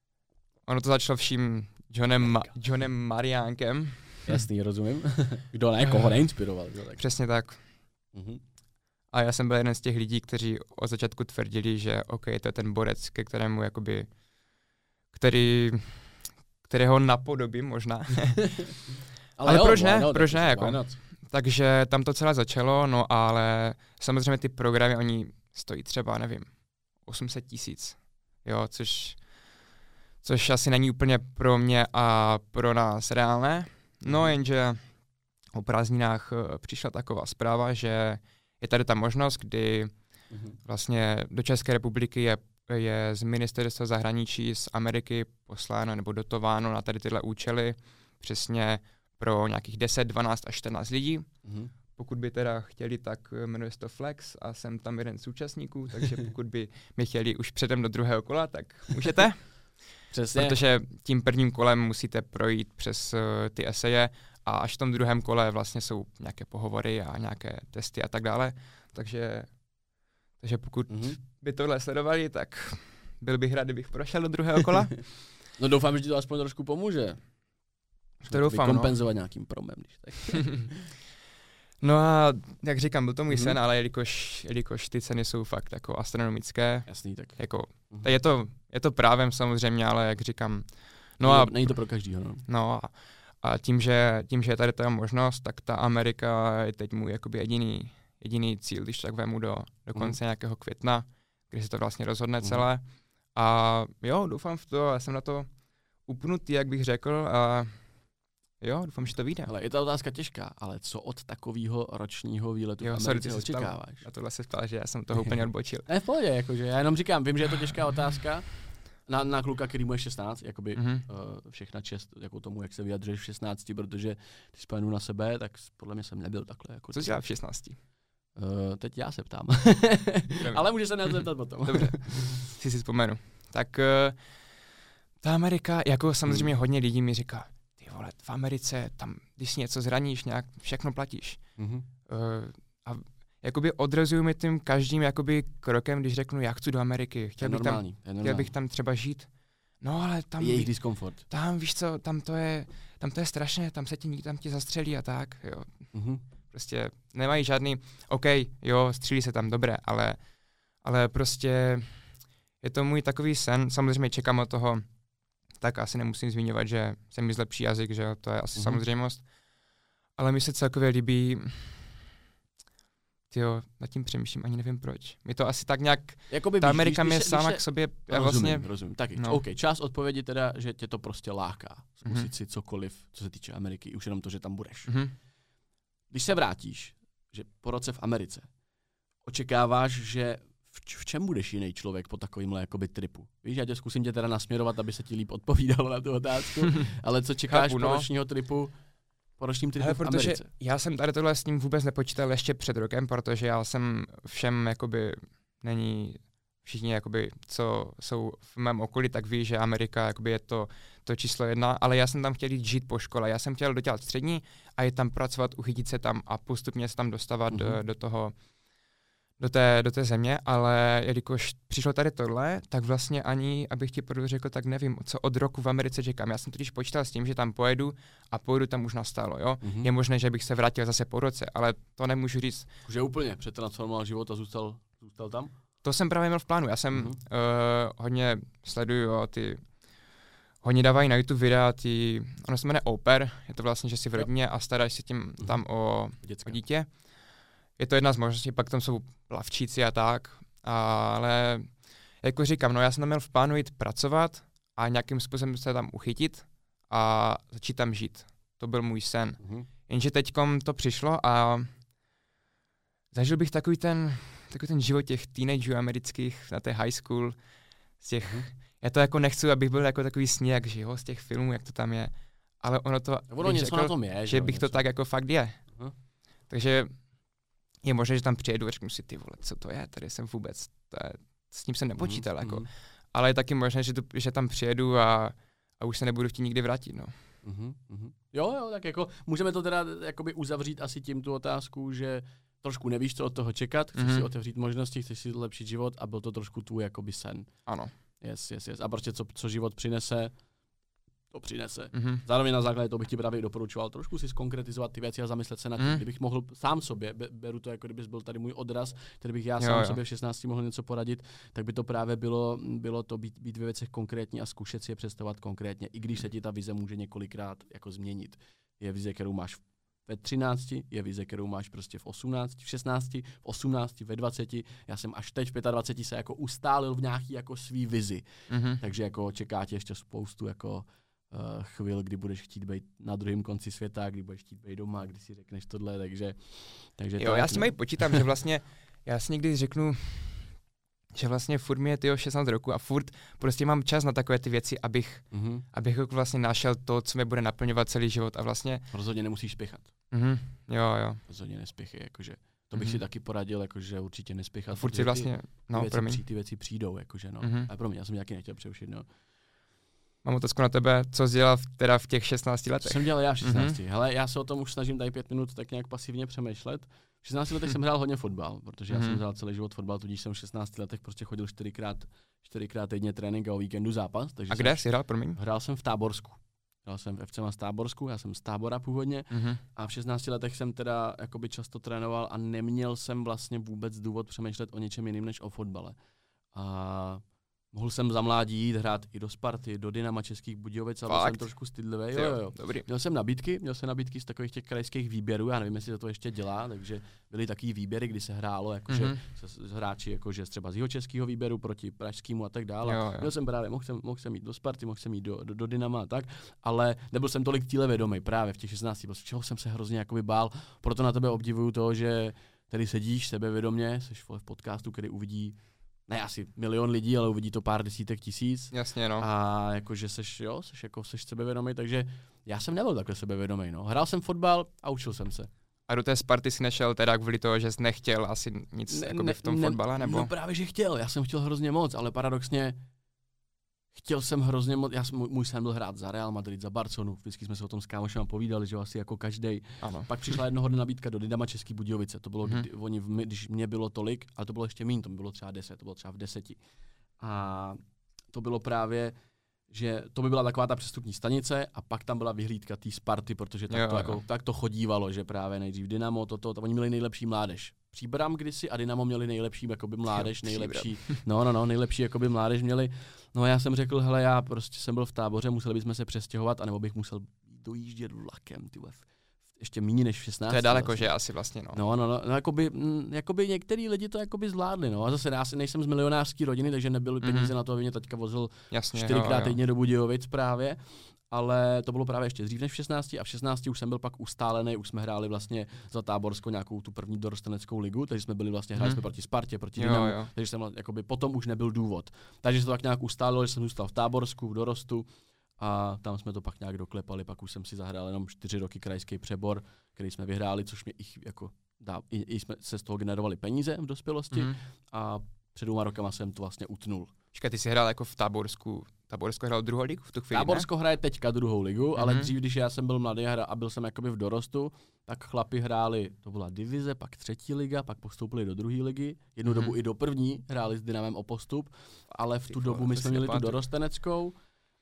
Ono to začalo vším Johnem, Ma- Johnem Mariánkem. Jasný, rozumím. Kdo ne, koho neinspiroval. Kdo, tak. Přesně tak. Mm-hmm. A já jsem byl jeden z těch lidí, kteří od začátku tvrdili, že OK, to je ten borec, ke kterému jakoby který, kterého napodobím možná. ale, ale jo, proč ne, not, proč ne, jako. Takže tam to celé začalo, no ale samozřejmě ty programy, oni stojí třeba, nevím, osm set tisíc, jo, což, což asi není úplně pro mě a pro nás reálné. No jenže o prázdninách přišla taková zpráva, že je tady ta možnost, kdy vlastně do České republiky je je z ministerstva zahraničí z Ameriky posláno nebo dotováno na tady tyhle účely přesně pro nějakých deset, dvanáct až čtrnáct lidí. Mm-hmm. pokud by teda chtěli, tak jmenuje se to Flex a jsem tam jeden z účastníků, takže pokud by mě chtěli už předem do druhého kola, tak můžete. Přesně. Protože tím prvním kolem musíte projít přes uh, ty eseje a až v tom druhém kole vlastně jsou nějaké pohovory a nějaké testy a tak dále. Takže, takže pokud mm-hmm. by tohle sledovali, tak byl bych rád, kdybych prošel do druhého kola. No doufám, že ti to aspoň trošku pomůže. To doufám, kompenzovat no. nějakým promem. Když tak. No a jak říkám, byl to můj mm-hmm. sen, ale jelikož, jelikož ty ceny jsou fakt jako astronomické. Jasný, tak. Jako, mm-hmm. je, to, je to právem samozřejmě, ale jak říkám. No a, není to pro každýho. No, no a, a tím, že, tím, že je tady ta možnost, tak ta Amerika je teď můj jakoby jediný, jediný cíl, když tak vemu do, do konce mm. nějakého května, kdy se to vlastně rozhodne mm. celé. A jo, doufám v to, já jsem na to upnutý, jak bych řekl, a jo, doufám, že to vyjde. Ale je ta otázka těžká, ale co od takového ročního výletu jo, v Americe očekáváš? A tohle se ptal, že já jsem toho úplně odbočil. Ne, v pohodě, jakože já jenom říkám, vím, že je to těžká otázka na, na kluka, který mu je šestnáct, jakoby mm-hmm. uh, všechna čest jako tomu, jak se vyjadřuješ v šestnácti, protože ty spojenu na sebe, tak podle mě jsem nebyl takhle. Jako co jsi dělal v šestnácti? Uh, teď já se ptám. Ale může se nás zeptat potom. Dobře, si si vzpomenu. Tak uh, ta Amerika, jako samozřejmě mm. hodně lidí mi říká, ty vole, v Americe, tam, když si něco zraníš, nějak všechno platíš. Mm-hmm. Uh, a jakoby odrazuju mi tím každým jakoby krokem, když řeknu, já chci do Ameriky, chtěl, bych tam, chtěl bych tam třeba žít. No ale tam... Jejich diskomfort. Tam, víš co, tam to je, tam to je strašné, tam se ti, tam ti zastřelí a tak, jo. Mm-hmm. Prostě nemají žádný, OK, jo, střílí se tam, dobré, ale, ale prostě je to můj takový sen, samozřejmě čekám od toho, tak asi nemusím zmiňovat, že se mi zlepší jazyk, že jo, to je asi mm-hmm. samozřejmost, ale mi se celkově líbí, tyjo, nad tím přemýšlím, ani nevím proč. Je to asi tak nějak, jakoby ta víš, Amerika mě sama se... k sobě no, vlastně... Rozumím, rozumím. Tak no. OK, část odpovědi teda, že tě to prostě láká, zkusit mm-hmm. si cokoliv, co se týče Ameriky, už jenom to, že tam budeš. Mm-hmm. Když se vrátíš, že po roce v Americe, očekáváš, že v, č- v čem budeš jiný člověk po takovýmhle jakoby tripu? Víš, já tě zkusím tě teda nasměrovat, aby se ti líp odpovídalo na tu otázku, ale co čekáš Chápu, no. po ročního tripu, po ročním tripu Hele, v Americe? Protože já jsem tady tohle s ním vůbec nepočítal ještě před rokem, protože já jsem všem, jakoby, není všichni, jakoby, co jsou v mém okolí, tak ví, že Amerika jakoby, je to, to číslo jedna, ale já jsem tam chtěl jít žít po škole. Já jsem chtěl dodělat střední a jít tam pracovat, uchytit se tam a postupně se tam dostávat mm-hmm. do, do toho, do té, do té země, ale jelikož přišlo tady tohle, tak vlastně ani, abych ti pravdu řekl, tak nevím, co od roku v Americe čekám. Já jsem totiž počítal s tím, že tam pojedu a pojedu tam už nastálo, jo. Mm-hmm. Je možné, že bych se vrátil zase po roce, ale to nemůžu říct. Že úplně přetransformoval život a zůstal, zůstal tam? To jsem právě měl v plánu. Já jsem mm-hmm. uh, hodně sleduju jo, ty, hodně dávají na YouTube videa, ty, ono se jmenuje Oper, je to vlastně, že jsi v rodině a staráš se tím mm-hmm. tam o, o dítě. Je to jedna z možností, pak tam jsou plavčíci a tak, ale jako říkám, no já jsem tam měl v plánu jít pracovat a nějakým způsobem se tam uchytit a začít tam žít. To byl můj sen. Mm-hmm. Jenže teďkom to přišlo a zažil bych takový ten, takový ten život těch teenagerů amerických na té high school, z těch, mm-hmm. já to jako nechci, abych byl jako takový sníh, že jo, z těch filmů, jak to tam je, ale ono to, ono něco řekl, na tom je, že jo, bych něco. to tak jako fakt je. Mm-hmm. Takže je možné, že tam přijedu a řeknu si, ty vole, co to je, tady jsem vůbec, je, s tím jsem nepočítal, mm, jako. Mm. Ale je taky možné, že, tu, že tam přijedu a, a už se nebudu chtít nikdy vrátit, no. Mm, mm. Jo, jo, tak jako můžeme to teda jakoby uzavřít asi tím tu otázku, že trošku nevíš, co od toho čekat, chceš mm. si otevřít možnosti, chceš si zlepšit život a byl to trošku tvůj jakoby sen. Ano. Yes, yes, yes. A prostě co, co život přinese, to přinese. Mm-hmm. Zároveň na základě toho bych ti právě doporučoval trošku si zkonkretizovat ty věci a zamyslet se nad tím, mm. kdybych mohl sám sobě, be, beru to jako kdybys byl tady můj odraz, který bych já jo, sám jo. sobě v šestnácti mohl něco poradit, tak by to právě bylo, bylo to být, být ve věcech konkrétní a zkušet si je představovat konkrétně, i když se ti ta vize může několikrát jako změnit. Je vize, kterou máš ve třinácti, je vize, kterou máš prostě v osmnácti, v šestnácti, v osmnácti, ve dvaceti. Já jsem až teď v dvaceti pěti se jako ustálil v nějaký jako svý vizi. Mm-hmm. Takže jako čeká tě ještě spoustu jako Uh, chvil, kdy budeš chtít být na druhém konci světa, kdy budeš chtít být doma, kdy si řekneš tohle, takže... takže jo, tak, já si mají počítám, že vlastně, já si někdy řeknu, že vlastně furt mi je tyjo šestnáct roku a furt prostě mám čas na takové ty věci, abych, mm-hmm. abych vlastně našel to, co mě bude naplňovat celý život a vlastně... Rozhodně nemusíš spěchat. Mm-hmm. Jo, jo. Rozhodně nespěchy, jakože. To bych mm-hmm. si taky poradil, jakože určitě nespěchat. Furt si vlastně, ty, no, ty, věci, ty věci přijdou, jakože no. Mm-hmm. Ale pro mě, já jsem nějaký nechtěl přeušit, no. Mám otázku na tebe, co jsi dělal v, teda v těch šestnácti letech? Co jsem dělal já v šestnácti? Mm-hmm. Hele, já se o tom už snažím tady pět minut tak nějak pasivně přemýšlet. V šestnácti letech jsem hrál hodně fotbal, protože mm-hmm. já jsem hrál celý život fotbal, tudíž jsem v šestnácti letech prostě chodil čtyřikrát, čtyřikrát týdně trénink a o víkendu zápas. Takže a kde jsi hrál, promiň? Hrál jsem v Táborsku. Hrál jsem v F C Mas Táborsku, já jsem z Tábora původně mm-hmm. a v šestnácti letech jsem teda jakoby často trénoval a neměl jsem vlastně vůbec důvod přemýšlet o něčem jiným než o fotbale. A mohl jsem za mládí jít hrát i do Sparty, do Dynama Českých Budějovic, ale jsem trošku stydlivý. Jo, jo. Dobrý. Měl jsem nabídky, měl jsem nabídky z takových těch krajských výběrů, já nevím, jestli to ještě dělá, takže byly takový výběry, kdy se hrálo jakože mm-hmm. s hráči jakože třeba z Jihočeského výběru proti pražskému a tak dále. Jo, jo. Měl jsem právě, mohl jsem, mohl jsem jít do Sparty, mohl jsem jít do, do, do Dynama a tak, ale nebyl jsem tolik tíle vědomý právě v těch šestnácti, protože čeho jsem se hrozně jakoby bál, proto na tebe obdivuju to, že tady sedíš sebevědomě, seš v podcastu, který uvidí ne asi milion lidí, ale uvidí to pár desítek tisíc. Jasně, no. A jakože seš, jo, seš jako seš sebevědomý, takže já jsem nebyl takhle sebevědomý, no. Hrál jsem fotbal a učil jsem se. A do té Sparty si nešel teda kvůli toho, že jsi nechtěl asi nic ne, ne, v tom ne, fotbale, nebo? No právě, že chtěl, já jsem chtěl hrozně moc, ale paradoxně chtěl jsem hrozně moc, já jsem, můj sen byl hrát za Real Madrid, za Barcelonu, vždycky jsme se o tom s kámošem povídali, že asi jako každej. Ano. Pak přišla jednoho dne nabídka do Dynama Český Budějovice, to bylo, mm-hmm. kdy, oni, když mě bylo tolik, ale to bylo ještě míň, to bylo třeba deset, to bylo třeba v deseti. A to bylo právě, že to by byla taková ta přestupní stanice a pak tam byla vyhlídka té Sparty, protože tak, jo, to, jako, tak to chodívalo, že právě nejdřív Dynamo, toto, to, oni měli nejlepší mládež. Příbram kdysi a Dynamo měli nejlepší jakoby mládež, nejlepší, no, no, no, nejlepší jakoby mládež měli. No a já jsem řekl, hele, já prostě jsem byl v Táboře, museli bychom se přestěhovat, anebo bych musel dojíždět vlakem, ty ještě méně než v šestnácti. To je daleko, vlastně. Že asi vlastně, no. No, no, no, no jakoby, m, jakoby některý lidi to jakoby zvládli, no. A zase já si nejsem z milionářské rodiny, takže nebyly mm-hmm. peníze na to, aby mě taťka vozil Jasně, čtyřikrát týdně do Budějovic právě. Ale to bylo právě ještě dřív než v šestnácti a v šestnácti už jsem byl pak ustálený, už jsme hráli vlastně za Táborsko nějakou tu první dorosteneckou ligu, takže jsme byli vlastně, hráli hmm. jsme proti Spartě, proti Dynamu, takže jsem jakoby potom už nebyl důvod. Takže se to tak nějak ustálilo, že jsem zůstal v Táborsku, v dorostu a tam jsme to pak nějak doklepali, pak už jsem si zahrál jenom čtyři roky krajský přebor, který jsme vyhráli, což mě ich jako dá, i, i jsme se z toho generovali peníze v dospělosti hmm. a před dvěma rokama jsem to vlastně utnul. Počkej, ty jsi hrál jako v Táborsku. Táborsko hrál druhou ligu v tu chvíli, Táborsko ne? Hraje teďka druhou ligu, mm-hmm. ale dřív, když já jsem byl mladý a byl jsem jakoby v dorostu, tak chlapi hráli, to byla divize, pak třetí liga, pak postoupili do druhé ligy, jednu mm-hmm. dobu i do první, hráli s Dynamem o postup, ale v tu Ty dobu my jsme měli tu dorosteneckou.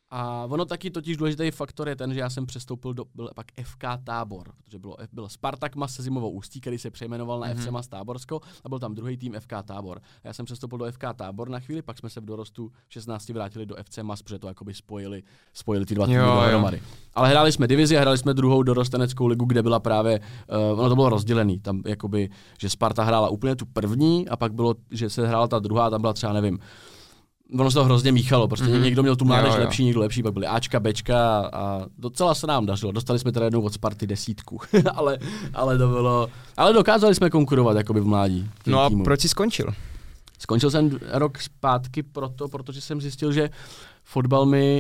A ono taky totiž důležitý faktor je ten, že já jsem přestoupil do byl pak F K Tábor, protože bylo, byl Spartak Mas se Zimovou Ústí, který se přejmenoval na mm-hmm. F C Mas Táborsko a byl tam druhý tým F K Tábor. Já jsem přestoupil do F K Tábor na chvíli, pak jsme se v dorostu v šestnácti vrátili do F C Mas, protože to jakoby spojili, spojili ty dva týmy dohromady. Ale hráli jsme divizi a hráli jsme druhou dorosteneckou ligu, kde byla právě, uh, ono to bylo rozdělený, tam jakoby, že Sparta hrála úplně tu první a pak bylo, že se hrála ta druhá, tam byla třeba, nevím, ono se to hrozně míchalo, prostě mm-hmm. někdo měl tu mládež jo, jo. lepší, někdo lepší, pak byly Ačka, Bčka a docela se nám dařilo. Dostali jsme teda jednou od Sparty desítku, ale, ale to bylo, ale dokázali jsme konkurovat jakoby v mládí. No a týmu. Proč jsi skončil? Skončil jsem rok zpátky proto, protože jsem zjistil, že fotbal mi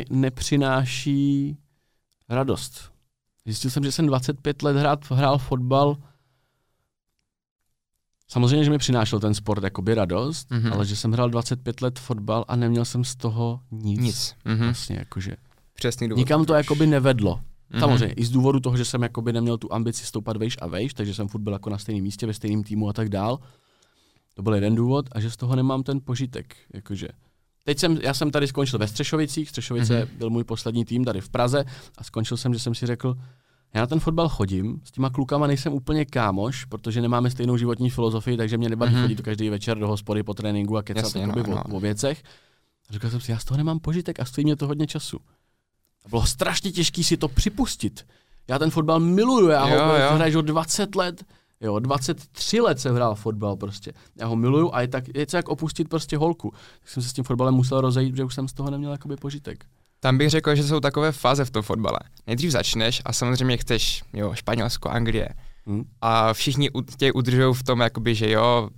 nepřináší radost. Zjistil jsem, že jsem dvacet pět let hrát, hrál fotbal. Samozřejmě, že mi přinášel ten sport jakoby radost, mm-hmm. ale že jsem hrál dvacet pět let fotbal a neměl jsem z toho nic. Nic. Mm-hmm. Vlastně jakože. Přesný důvod. Nikam to jakoby nevedlo. Mm-hmm. Samozřejmě i z důvodu toho, že jsem jakoby neměl tu ambici stoupat vejš a vejš, takže jsem furt byl jako na stejném místě, ve stejném týmu a tak dál. To byl jeden důvod a že z toho nemám ten požitek. Jakože. Teď jsem, já jsem tady skončil ve Střešovicích, Střešovice mm-hmm. byl můj poslední tým tady v Praze a skončil jsem, že jsem si řekl, já na ten fotbal chodím, s těma klukama nejsem úplně kámoš, protože nemáme stejnou životní filozofii, takže mě nebaví mm-hmm. chodit každý večer do hospody po tréninku a kecat Jasně, no, no. O, o věcech. A říkal jsem si, já z toho nemám požitek a stojí mě to hodně času. A bylo strašně těžké si to připustit. Já ten fotbal miluju, já jo, ho hraju dvacet let, jo, dvacet tři let jsem hrál fotbal prostě. Já ho miluju a je, tak, je to jak opustit prostě holku. Tak jsem se s tím fotbalem musel rozejít, protože už jsem z toho neměl jakoby požitek. Tam bych řekl, že jsou takové fáze v tom fotbale. Nejdřív začneš a samozřejmě chceš, jo, Španělsko, Anglie. Hmm. A všichni tě udržují v tom, jakoby, že jo,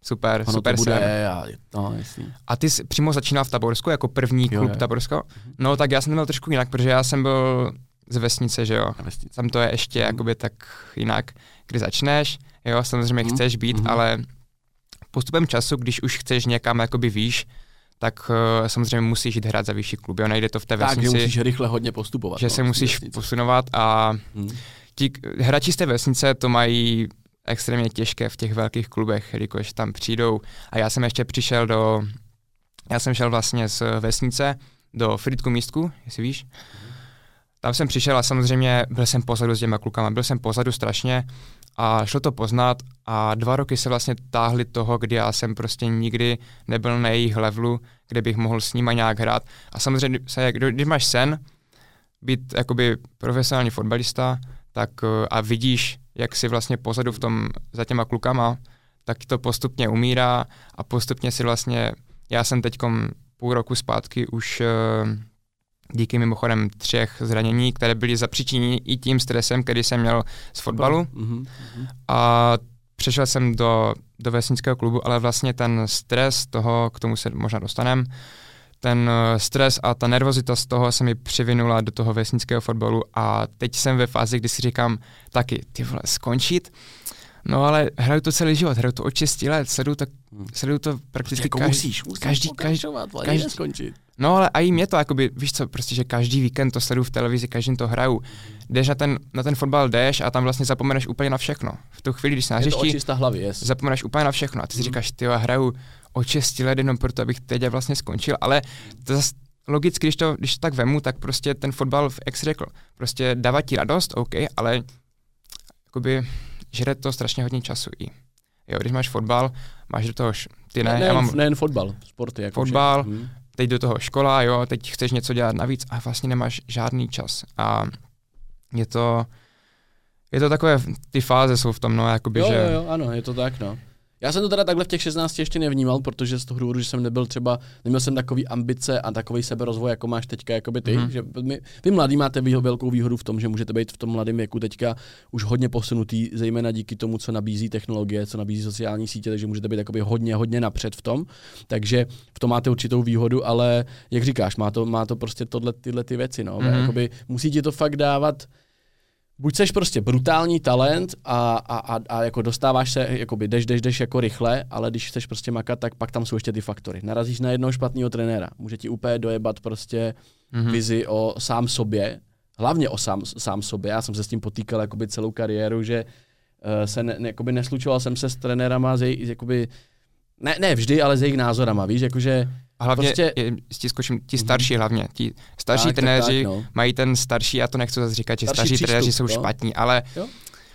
Super, ono super to bude, sen. a, no, jasný. A ty jsi přímo začínal v Táborsku jako první Jo, klub jo. Táborsko? No tak já jsem to měl trošku jinak, protože já jsem byl z vesnice, že jo. Vesnice. Tam to je ještě mm. jakoby tak jinak, kdy začneš, jo, samozřejmě mm. chceš být, mm. ale postupem času, když už chceš někam jakoby výš, tak uh, samozřejmě musíš jít hrát za vyšší klub, jo, nejde to v té tak, vesnici. Tak, musíš rychle hodně postupovat. Že no, se musíš vesnici. posunovat a mm. ti hráči z té vesnice to mají extrémně těžké v těch velkých klubech, jelikož tam přijdou. A já jsem ještě přišel do, já jsem šel vlastně z vesnice do Frýdku místku, jestli víš. Tam jsem přišel a samozřejmě byl jsem pozadu s těma klukama, byl jsem pozadu strašně a šlo to poznat a dva roky se vlastně táhly toho, kdy já jsem prostě nikdy nebyl na jejich levelu, kde bych mohl s nima nějak hrát. A samozřejmě, když máš sen být jakoby profesionální fotbalista, tak a vidíš, jak si vlastně pozadu v tom za těma klukama, tak to postupně umírá a postupně si vlastně, já jsem teďkom půl roku zpátky už díky mimochodem třech zranění, které byly zapříčiněny i tím stresem, který jsem měl z fotbalu. Mm-hmm. A přešel jsem do, do vesnického klubu, ale vlastně ten stres toho, k tomu se možná dostanem, ten stres a ta nervozita z toho se mi přivinula do toho vesnického fotbalu a teď jsem ve fázi, kdy si říkám taky, ty vole, skončit? No ale hraju to celý život, hraju to od šesti let, sleduju to, sleduju to prakticky jako každý, musíš, musíš každý, každý, každý skončit. No ale a i mě to, jakoby, víš co, prostě, že každý víkend to sleduju v televizi, každým to hraju. Jdeš na ten, na ten fotbal, jdeš a tam vlastně zapomeneš úplně na všechno. V tu chvíli, když jsi na hřišti, zapomeneš úplně na všechno a ty si mm. říkáš, ty hraju od šesti let jenom proto, abych teď vlastně skončil, ale to zase logicky, když to, když to tak vemu, tak prostě ten fotbal, jak jsi řekl, prostě dává ti radost, OK, ale jakoby žere to strašně hodně času i. Jo, když máš fotbal, máš do toho, ty ne, ne já mám nejen fotbal, sporty. Jako fotbal, hmm. teď do toho škola, jo, teď chceš něco dělat navíc a vlastně nemáš žádný čas. A je to, je to takové, ty fáze jsou v tom, no, jakoby, jo, že... Jo, jo, ano, je to tak, no. Já jsem to teda takhle v těch šestnácti ještě nevnímal, protože z toho důvodu, že jsem nebyl třeba, neměl jsem takový ambice a takový seberozvoj, jako máš teďka, jakoby ty, mm. že my, vy mladí máte výho, velkou výhodu v tom, že můžete být v tom mladém věku teďka už hodně posunutý, zejména díky tomu, co nabízí technologie, co nabízí sociální sítě, takže můžete být jakoby hodně, hodně napřed v tom, takže v tom máte určitou výhodu, ale jak říkáš, má to, má to prostě tohle, tyhle ty věci, no, mm. jakoby musí ti to fakt dávat. Buď seš prostě brutální talent a, a, a, a jako dostáváš se, jakoby jdeš, jdeš, jdeš jako rychle, ale když chceš prostě makat, tak pak tam jsou ještě ty faktory. Narazíš na jednoho špatného trenéra, může ti úplně dojebat prostě mm-hmm. vizi o sám sobě, hlavně o sám, sám sobě. Já jsem se s tím potýkal jakoby celou kariéru, že uh, se ne, jakoby neslučoval jsem se s trenérama, z jej, jakoby, ne, ne vždy, ale s jejich názorama, víš, jakože a hlavně, prostě... ti skočím, ti starší mm-hmm. hlavně, ti starší tak, trenéři tak, tak, no. mají ten starší, já to nechci zase říkat, že starší, starší trenéři jsou no. špatní, ale jo?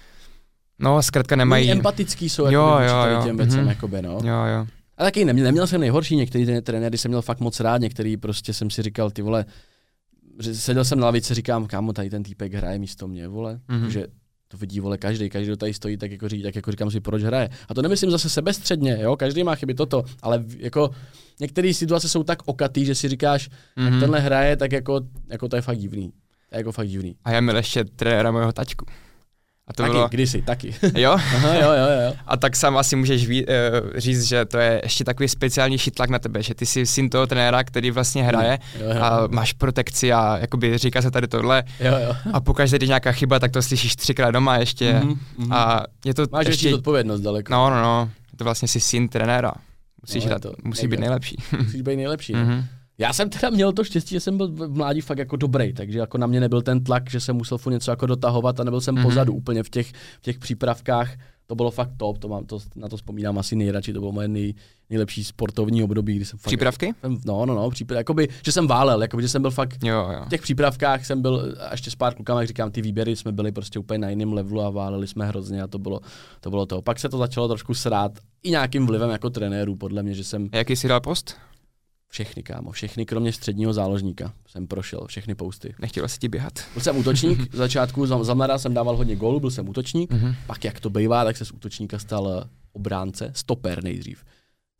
no zkrátka nemají... Oni empatický jsou jo, jako jo, jo. těm věcem, mm-hmm. jakoby, no. Jo, jo. A taky neměl, neměl jsem nejhorší, některý trenéry jsem měl fakt moc rád, některý prostě jsem si říkal, ty vole, seděl jsem na lavici, říkám, kámo, tady ten týpek hraje místo mě, vole, mm-hmm. že to vidí, vole, každý, každý, kdo tady stojí, tak jako, ří, tak jako říkám si, proč hraje. A to nemyslím zase sebestředně, jo, každý má chyby toto, ale jako některé situace jsou tak okatý, že si říkáš, mm-hmm. jak tenhle hraje, tak jako, jako to je fakt divný. To je jako fakt divný. A já měl ještě trenéra mého taťku. A to taky, bylo... kdysi, taky. Jo? Aha, jo, jo, jo. A tak sám asi můžeš ví, uh, říct, že to je ještě takový speciálnější tlak na tebe, že ty jsi syn toho trenéra, který vlastně hraje jo, jo. a máš protekci a jakoby říká se tady tohle. Jo, jo. A pokaždé, když nějaká chyba, tak to slyšíš třikrát doma ještě. Mm-hmm, mm-hmm. A je to máš ještě odpovědnost daleko. No, no, no. To vlastně jsi syn trenéra. Musíš no, hrát, to, musí být nejlepší. Musíš být nejlepší. Mm-hmm. Já jsem teda měl to štěstí, že jsem byl v mládí fakt jako dobrý, takže jako na mě nebyl ten tlak, že jsem musel furt něco jako dotahovat a nebyl jsem mm-hmm. pozadu úplně v těch, v těch přípravkách. To bylo fakt top, to mám, to, na to vzpomínám asi nejradši, to bylo moje nej, nejlepší sportovní období, kdy jsem fakt... Přípravky? Jsem, no, no, no, příprav, jakoby, že jsem válel, jakoby, že jsem byl fakt... Jo, jo. V těch přípravkách jsem byl, a ještě s pár klukama, jak říkám, ty výběry jsme byli prostě úplně na jiném levelu a váleli jsme hrozně a to bylo to. Bylo to. Pak se to začalo trošku srát i nějakým vlivem jako trenérů, podle mě, že jsem... A jaký jsi dal post? Všechny, kámo, všechny, kromě středního záložníka jsem prošel, všechny posty. Nechtěl si ti běhat? Byl jsem útočník, v začátku za, za mladá jsem dával hodně gólů, byl jsem útočník, mm-hmm. pak jak to bývá, tak se z útočníka stal obránce, stoper nejdřív.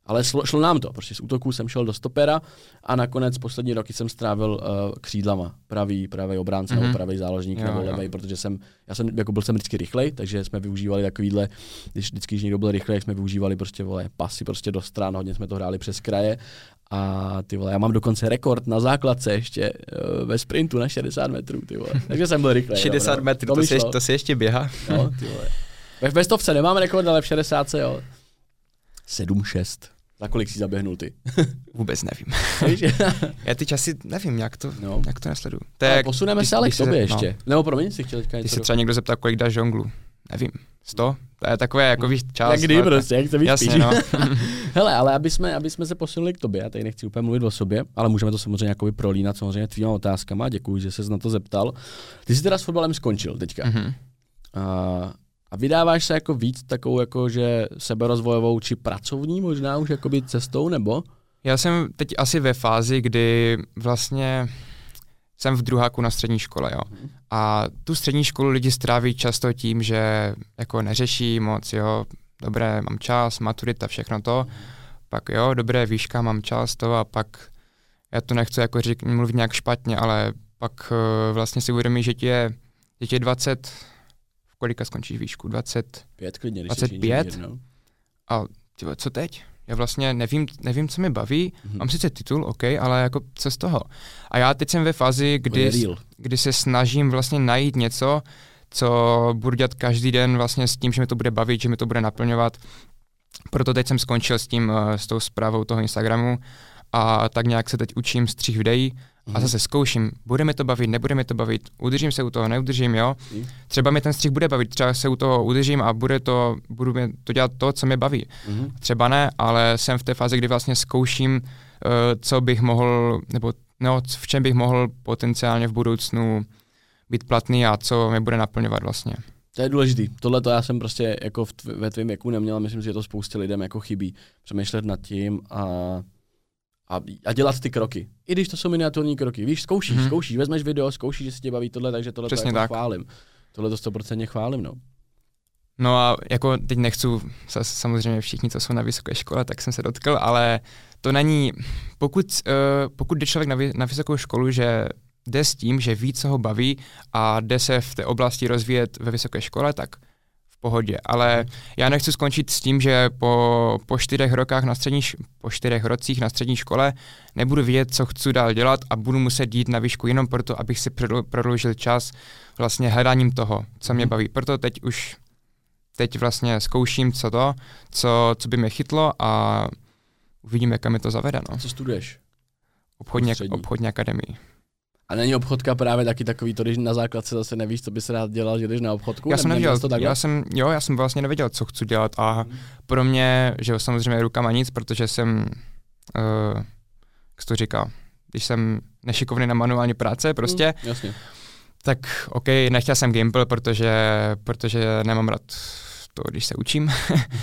Ale šlo, šlo nám to, prostě z útoků jsem šel do stopera a nakonec poslední roky jsem strávil uh, křídlama, pravý, pravý obránce mm-hmm. nebo pravý záložník jo, nebo levej, protože jsem, já jsem, jako byl jsem vždycky rychlej, takže jsme využívali takovýhle, když vždycky, když někdo byl rychlej, jsme využívali prostě, vole, pasy prostě do stran, hodně jsme to hráli přes kraje a ty vole, já mám dokonce rekord na základce ještě uh, ve sprintu na šedesát metrů, ty vole, takže jsem byl rychlej. šedesát no, metrů, to, to, si ještě, to si ještě běhá. No, ty vole. Ve, ve stovce nemám rekord, ale v šedesátce jo. sedm šest. Za kolik jsi zaběhnul ty? Vůbec nevím. Já ty časy nevím, jak to, no. jak to nesleduju. Ale posuneme se ale k tobě ještě. No. Nebo promiň, si chtěl teďka něco. Když se třeba někdo zeptá, kolik dáš žonglu. Nevím. sto? To je takové jako víš čas. Jak kdy prostě, jak se víš Jasně, no. Hele, ale aby jsme, aby jsme se posunuli k tobě, já tady nechci úplně mluvit o sobě, ale můžeme to samozřejmě jakoby prolínat samozřejmě tvýma otázkama. Děkuji, že ses na to zeptal. Ty jsi teda s fotbalem skončil teďka. Mm-hmm. A, a vydáváš se jako víc takovou jako, že seberozvojovou či pracovní možná už jakoby cestou, nebo? Já jsem teď asi ve fázi, kdy vlastně jsem v druháku na střední škole, jo. Mm. A tu střední školu lidi stráví často tím, že jako neřeší moc, jo. Dobré, mám čas, maturita, všechno to. Mm. Pak jo, dobré, výška, mám čas, to a pak, já to nechci jako řík, mluvit nějak špatně, ale pak uh, vlastně si uvědomí, že ti je, že ti je dvacet, v kolika skončíš výšku? dvacet pět klidně, dvacet pět? No. A tyvo, co teď? Já vlastně nevím, nevím, co mě baví, mm-hmm. mám sice titul, OK, ale jako co z toho? A já teď jsem ve fázi, kdy, kdy se snažím vlastně najít něco, co budu dělat každý den vlastně s tím, že mi to bude bavit, že mi to bude naplňovat. Proto teď jsem skončil s tím, s tou zprávou toho Instagramu a tak nějak se teď učím střih videí mm-hmm. a zase zkouším, bude mi to bavit, nebude mi to bavit, udržím se u toho, neudržím, jo. Mm. Třeba mi ten střih bude bavit, třeba se u toho udržím a bude to, budu to dělat to, co mě baví. Mm-hmm. Třeba ne, ale jsem v té fázi, kdy vlastně zkouším, uh, co bych mohl, nebo no, v čem bych mohl potenciálně v budoucnu být platný a co mě bude naplňovat vlastně. To je důležitý. Tohle to já jsem prostě jako v tv- ve tvém věku neměl a myslím si, že to spoustě lidem jako chybí. Přemýšlet nad tím a, a, a dělat ty kroky. I když to jsou miniaturní kroky. Víš, zkoušíš, mm-hmm. zkoušíš, vezmeš video, zkoušíš, že si tě baví tohle, takže tohle to jako tak. chválím. Tohle to sto procent chválím, no. No a jako teď nechci, samozřejmě všichni, co jsou na vysoké škole, tak jsem se dotkl, ale to není, pokud, uh, pokud jde člověk na, vy, na vysokou školu, že jde s tím, že ví, co ho baví a jde se v té oblasti rozvíjet ve vysoké škole, tak v pohodě. Ale já nechci skončit s tím, že po, po čtyřech rokách na střední, po čtyřech rocích na střední škole nebudu vědět, co chci dál dělat a budu muset jít na výšku jenom proto, abych si prodloužil čas vlastně hledáním toho, co mě baví. Proto teď už teď vlastně zkouším, co to, co, co by mě chytlo a uvidíme, kam je to zavede. No. Co studuješ? Obchodní, obchodní akademii. A není obchodka právě taky takový to, když na základce zase nevíš, co by se rád dělal, že jdeš na obchodku? Já jsem nevěděl, já jsem, jo, já jsem vlastně nevěděl, co chci dělat a hmm. pro mě, že jo, samozřejmě rukama nic, protože jsem, uh, jak to říká, když jsem nešikovný na manuální práce prostě, hmm, jasně. Tak OK, nechtěl jsem gimbal, protože, protože nemám rád to, když se učím.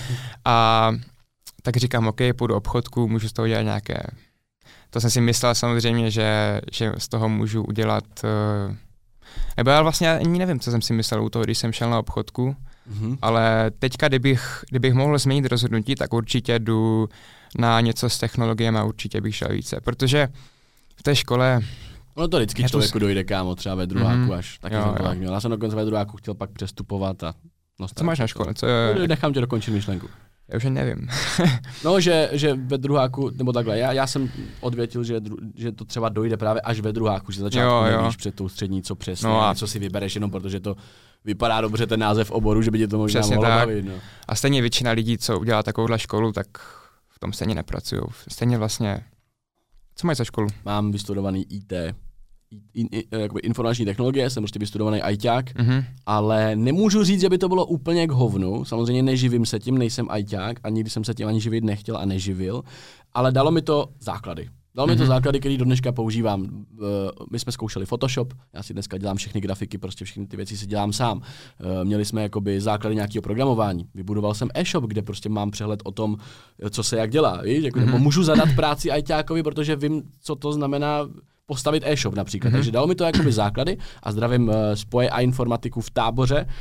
A tak říkám, OK, půjdu obchodku, můžu z toho dělat nějaké. To jsem si myslel samozřejmě, že, že z toho můžu udělat, uh, nebo já vlastně ani nevím, co jsem si myslel u toho, když jsem šel na obchodku, mm-hmm. ale teďka, kdybych, kdybych mohl změnit rozhodnutí, tak určitě jdu na něco s technologiemi a určitě bych šel více, protože v té škole... Ono to vždycky člověku to... dojde, kámo, třeba ve druháku mm, až, taky jo, jsem to tak měl. Já jsem dokonce ve druháku chtěl pak přestupovat a... No, co máš na škole? Co je... Nechám tě dokončit myšlenku. Já už nevím. No, že, že ve druháku, nebo takhle, já, já jsem odvětil, že, dru, že to třeba dojde právě až ve druháku, že začátku jo, jo. nevíš před tou střední, co přesně, no a... co si vybereš jenom protože to vypadá dobře ten název oboru, že by tě to možná mohlo bavit. No. A stejně většina lidí, co udělá takovouhle školu, tak v tom stejně nepracují. Stejně vlastně, co máš za školu? Mám vystudovaný I T. In, in, jakoby informační technologie, jsem prostě vystudovaný ajťák, mm-hmm. ale nemůžu říct, že by to bylo úplně k hovnu. Samozřejmě neživím se tím, nejsem ajťák a nikdy jsem se tím ani živit nechtěl a neživil, ale dalo mi to základy. Dalo mm-hmm. mi to základy, které do dneška používám. My jsme zkoušeli Photoshop, já si dneska dělám všechny grafiky, prostě všechny ty věci si dělám sám. Měli jsme jakoby základy nějakého programování. Vybudoval jsem e-shop, kde prostě mám přehled o tom, co se jak dělá. Víš? Jako, mm-hmm. můžu zadat práci ajťákovi, protože vím, co to znamená postavit e-shop například. Mm-hmm. Takže dalo mi to jakoby základy a zdravím uh, spoje a informatiku v Táboře.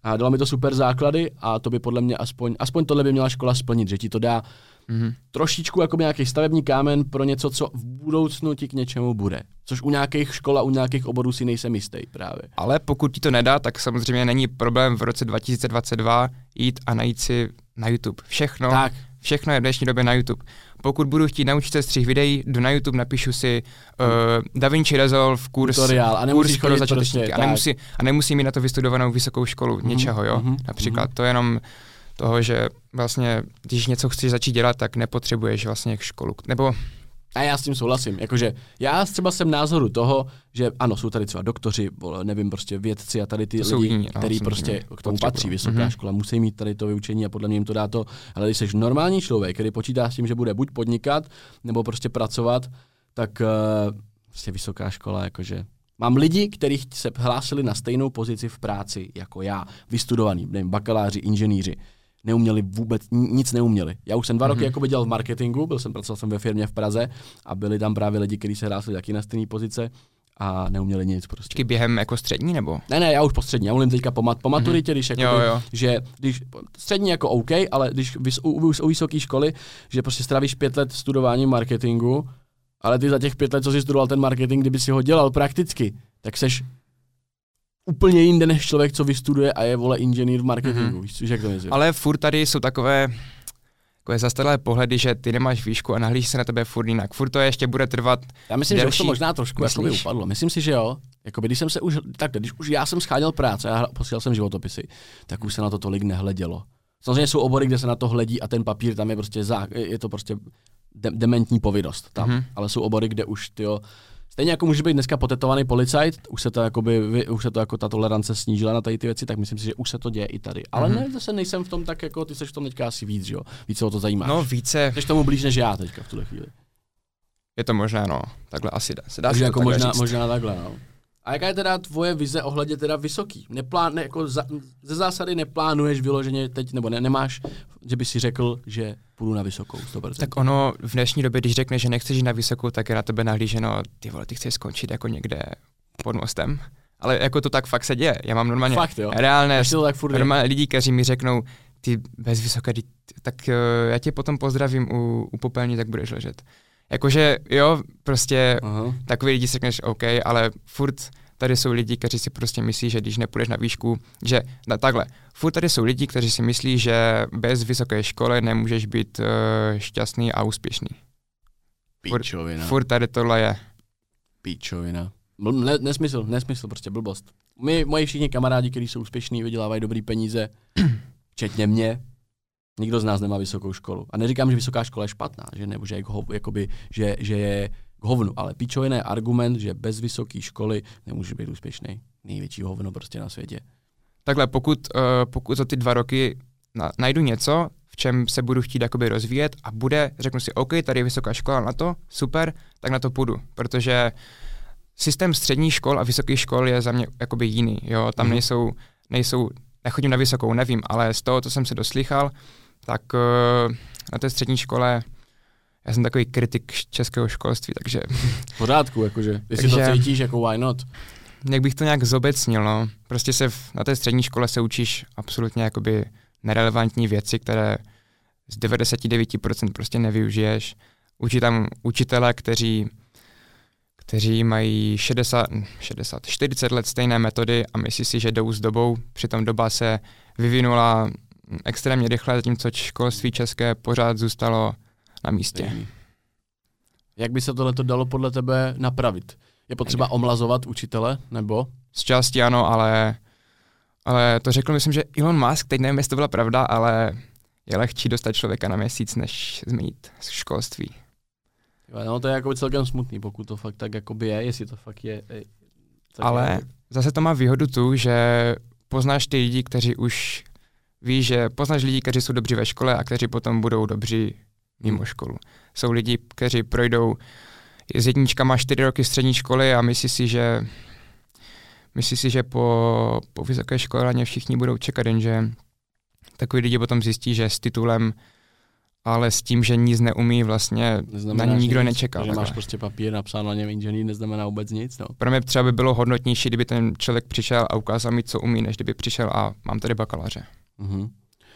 A dala mi to super základy a to by podle mě aspoň, aspoň tohle by měla škola splnit, že ti to dá mm-hmm. trošičku jako nějaký stavební kámen pro něco, co v budoucnu ti k něčemu bude. Což u nějakých škol a u nějakých oborů si nejsem jistý právě. Ale pokud ti to nedá, tak samozřejmě není problém v roce dva tisíce dvacet dva jít a najít si na YouTube. Všechno, tak. všechno je v dnešní době na YouTube. Pokud budu chtít naučit se střih videí, jdu na YouTube, napíšu si uh, DaVinci Resolve, kurz, tutoriál, a kurz pro začátečníky. Prostě, a, nemusí, a nemusí mít na to vystudovanou vysokou školu mm-hmm, něčeho, jo. Mm-hmm, Například mm-hmm. to je jenom toho, že vlastně, když něco chceš začít dělat, tak nepotřebuješ vlastně školu. Nebo A já s tím souhlasím. Jakože já třeba jsem názoru toho, že ano, jsou tady třeba doktoři, nevím, prostě vědci a tady ty to lidi, jiní, který no, prostě k tomu patří, vysoká mm-hmm. škola, musí mít tady to vyučení a podle mě jim to dá to. Ale když jsi normální člověk, který počítá s tím, že bude buď podnikat, nebo prostě pracovat, tak uh, prostě vysoká škola, jakože mám lidi, kteří se hlásili na stejnou pozici v práci jako já, vystudovaní, nevím, bakaláři, inženýři. Neuměli vůbec, nic neuměli. Já už jsem dva mm-hmm. roky jako dělal v marketingu, byl jsem, pracoval jsem ve firmě v Praze a byli tam právě lidi, kteří se hlásili taky na stejné pozice a neuměli nic prostě. Vždycky během jako střední nebo? Ne, ne, já už po střední, já mluvím teďka po, mat, po maturitě, mm-hmm. když jako, jo, jo. že když střední jako OK, ale když vys, u, u, u vysoké školy, že prostě strávíš pět let studováním marketingu, ale ty za těch pět let, co jsi studoval ten marketing, kdyby si ho dělal prakticky, tak seš úplně jinde než člověk, co vystuduje a je, vole, inženýr v marketingu. Mm-hmm. Víš, jak to myslím? Ale furt tady jsou takové, takové zastaralé pohledy, že ty nemáš výšku a nahlíží se na tebe furt jinak. Furt to ještě bude trvat. Já myslím, delší. že už to možná trošku jako by upadlo. Myslím si, že jo. Jakoby, když jsem se už, tak když už já jsem scháněl práce, já posílal jsem životopisy, tak už se na to tolik nehledělo. Samozřejmě jsou obory, kde se na to hledí a ten papír tam je prostě zá, je to prostě de- dementní povinnost tam. Mm-hmm. Ale jsou obory, kde už tyjo, stejně jako může být dneska potetovaný policajt, už se to jakoby, už se to jako ta tolerance snížila na tady ty věci, tak myslím si, že už se to děje i tady. Ale mm-hmm. ne, zase nejsem v tom tak jako, ty seš v tom teďka asi víc, jo? Víc se o to zajímáš. No více. Jsi tomu blíž než já teďka v tuhle chvíli. Je to možné, no. Takhle asi dá. Se dá Takže si jako to možná, říct. možná takhle, no. A jaká je teda tvoje vize ohledně teda vysoký? Neplán, ne, jako za, ze zásady neplánuješ vyloženě teď, nebo ne, nemáš, že by si řekl, že půjdu na vysokou, sto procent. Tak ono v dnešní době, když řekneš, že nechceš jít na vysokou, tak je na tebe nahlíženo, ty vole, ty chceš skončit jako někde pod mostem. Ale jako to tak fakt se děje. Já mám normálně fakt, jo? reálné normálně lidi, kteří mi řeknou, ty bez vysoké, tak uh, já tě potom pozdravím u, u popelní, tak budeš ležet. Jakože jo, prostě uh-huh. takový lidi si řekneš OK, ale furt tady jsou lidi, kteří si prostě myslí, že když nepůjdeš na výšku, že na, takhle, furt tady jsou lidi, kteří si myslí, že bez vysoké školy nemůžeš být uh, šťastný a úspěšný. Píčovina. Furt, furt tady tohle je. Píčovina. Ne, nesmysl, nesmysl, prostě blbost. My, moji všichni kamarádi, kteří jsou úspěšní, vydělávají dobrý peníze, včetně mě. Nikdo z nás nemá vysokou školu. A neříkám, že vysoká škola je špatná, že nebo že je, hov, jakoby, že, že je k hovnu, ale píčovina je argument, že bez vysoké školy nemůže být úspěšný. Největší hovno prostě na světě. Takhle, pokud, uh, pokud za ty dva roky na, najdu něco, v čem se budu chtít jakoby rozvíjet a bude, řeknu si, OK, tady je vysoká škola na to, super, tak na to půjdu, protože systém středních škol a vysokých škol je za mě jakoby jiný, jo, tam mm. nejsou, nejsou, nechodím na vysokou, nevím, ale z toho, co jsem se doslýchal, tak uh, na té střední škole já jsem takový kritik českého školství, takže v pořádku, jakože, jestli takže, to cítíš, jako why not? Jak bych to nějak zobecnil, no. Prostě se v, na té střední škole se učíš absolutně jakoby nerelevantní věci, které z devadesát devět procent prostě nevyužiješ. Učí tam učitele, kteří, kteří mají šedesát, šedesát, čtyřicet let stejné metody a myslí si, že jdou s dobou. Přitom doba se vyvinula extrémně rychle, zatímco školství české pořád zůstalo na místě. Jak by se tohleto dalo podle tebe napravit? Je potřeba omlazovat učitele, nebo? Z části ano, ale, ale to řekl, myslím, že Elon Musk, teď nevím, jestli to byla pravda, ale je lehčí dostat člověka na měsíc, než změnit školství. No to je jako celkem smutný, pokud to fakt tak jakoby je, jestli to fakt je. Tak ale je. Zase to má výhodu tu, že poznáš ty lidi, kteří už víš, že poznáš lidi, kteří jsou dobří ve škole a kteří potom budou dobří mimo hmm. školu. Jsou lidi, kteří projdou s jedničkama čtyři roky střední školy a myslí si, že myslí si, že po, po vysoké škole na ně všichni budou čekat, jenže takový lidi potom zjistí, že s titulem ale s tím, že nic neumí, vlastně neznamená, na ně nikdo nic, nečekal. Že máš prostě papír napsán na něm inženýr, neznamená vůbec nic. No. Pro mě třeba by bylo hodnotnější, kdyby ten člověk přišel a ukázal mi, co umí, než kdyby přišel a mám tady bakaláře. Mm-hmm.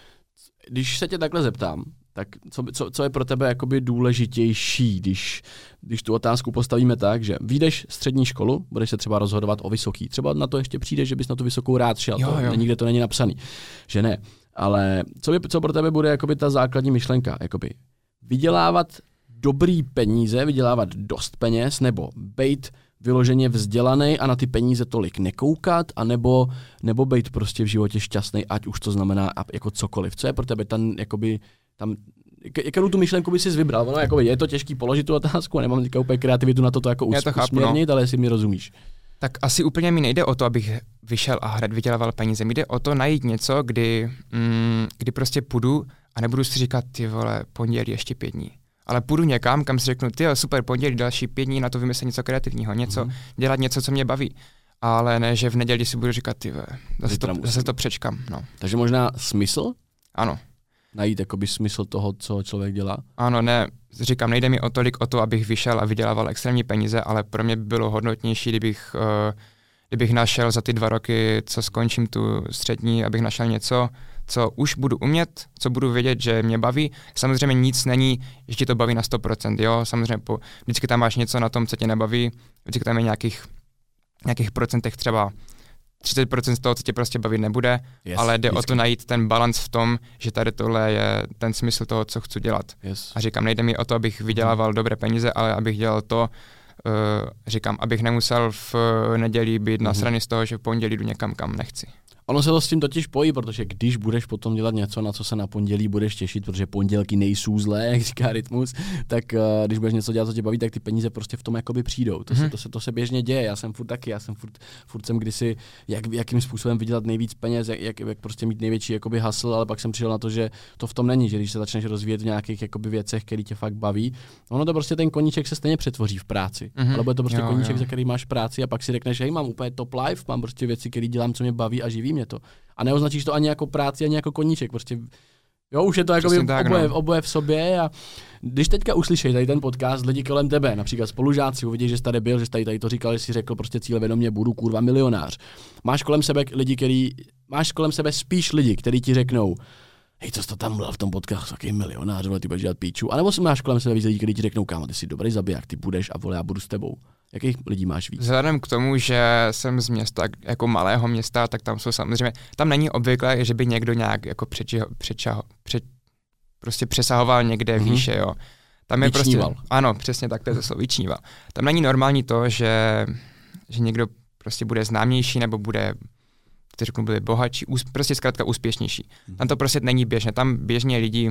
Když se tě takhle zeptám, tak co, co, co je pro tebe jakoby důležitější, když, když tu otázku postavíme tak, že vyjdeš střední školu, budeš se třeba rozhodovat o vysoký. Třeba na to ještě přijde, že bys na tu vysokou rád šel, jo, jo. To, nikde to není napsaný, že ne. Ale co, by, co pro tebe bude jakoby ta základní myšlenka? Jakoby vydělávat dobrý peníze, vydělávat dost peněz, nebo bejt vyloženě vzdělaný a na ty peníze tolik nekoukat, anebo, nebo bejt prostě v životě šťastný, ať už to znamená jako cokoliv. Co je pro tebe ten, jakoby, tam, jakou tu myšlenku by jsi vybral? Ono, jakoby, je to těžký položit tu otázku, nemám teďka úplně kreativitu na to, to jako us, to chápu, usměrnit, no. Ale jestli mi rozumíš. Tak asi úplně mi nejde o to, abych vyšel a hned vydělával peníze. Mi jde o to najít něco, kdy, mm, kdy prostě půjdu a nebudu si říkat, ty vole, pondělí ještě pět dní. Ale půjdu někam, kam si řeknu, ty super, pondělí další pět dní, na to vymyslet něco kreativního, něco, mm. dělat něco, co mě baví. Ale ne, že v neděli si budu říkat, ty vole, zase, to, zase to přečkám. No. Takže možná smysl? Ano. Najít jakoby smysl toho, co člověk dělá? Ano, ne, říkám, nejde mi o tolik o to, abych vyšel a vydělával extrémní peníze, ale pro mě by bylo hodnotnější, kdybych, uh, kdybych našel za ty dva roky, co skončím tu střední, abych našel něco, co už budu umět, co budu vědět, že mě baví. Samozřejmě nic není, že ti to baví na sto procent, jo, samozřejmě po, vždycky tam máš něco na tom, co tě nebaví, vždycky tam je nějakých, nějakých procentech třeba třicet procent z toho, co tě prostě bavit nebude, yes, ale jde vždycky o to najít ten balans v tom, že tady tohle je ten smysl toho, co chci dělat. Yes. A říkám, nejde mi o to, abych vydělával dobré peníze, ale abych dělal to, uh, říkám, abych nemusel v neděli být mm-hmm. nasraný z toho, že v pondělí jdu někam, kam nechci. Ono se to s tím totiž pojí, protože když budeš potom dělat něco, na co se na pondělí budeš těšit, protože pondělky nejsou zlé, jak říká Rytmus, tak uh, když budeš něco dělat, co tě baví, tak ty peníze prostě v tom jakoby přijdou. To, mm-hmm. se, to, se, to se běžně děje, já jsem furt taky, já jsem furt, furt jsem kdysi, jak, jakým způsobem vydělat nejvíc peněz, jak, jak, jak prostě mít největší jakoby hustle, ale pak jsem přišel na to, že to v tom není, že když se začneš rozvíjet v nějakých jakoby věcech, které tě fakt baví, ono to prostě ten koníček se stejně přetvoří v práci, mm-hmm. ale bude to prostě jo, koníček, jo. za který máš práci a pak si řekneš, hej, mám úplně top life, mám prostě věci, které dělám, co mě baví a živí mě to. A neoznačíš to ani jako práci, ani jako koníček, prostě jo, už je to jako tak, oboje, no. oboje v sobě a když teďka uslyšej tady ten podcast lidi kolem tebe, například spolužáci, uvidí, že jsi tady byl, že jsi tady, tady to říkal, že jsi řekl prostě cílevědomě budu kurva milionář. Máš kolem sebe lidi, který, máš kolem sebe spíš lidi, kteří ti řeknou, hej, co jsi to tam byl v tom podcastu, taký milionář, vole, ty budeš dělat píču, anebo si máš kolem sebe víc lidí, kteří ti řeknou, kámo, ty jsi dobrý zabiják, ty budeš a vole, já budu s tebou. Jakých lidí máš víc? Vzhledem k tomu, že jsem z města, jako malého města, tak tam jsou samozřejmě, tam není obvyklé, že by někdo nějak jako přeči, přečaho, pře, prostě přesahoval někde mm-hmm. výše, jo. Tam je vyčníval. Prostě, ano, přesně tak, to je to slovo, vyčníval. Tam není normální to, že, že někdo prostě bude známější nebo bude, to řeknu, bude bohatší, ús, prostě zkrátka úspěšnější. Mm-hmm. Tam to prostě není běžné, tam běžně lidi,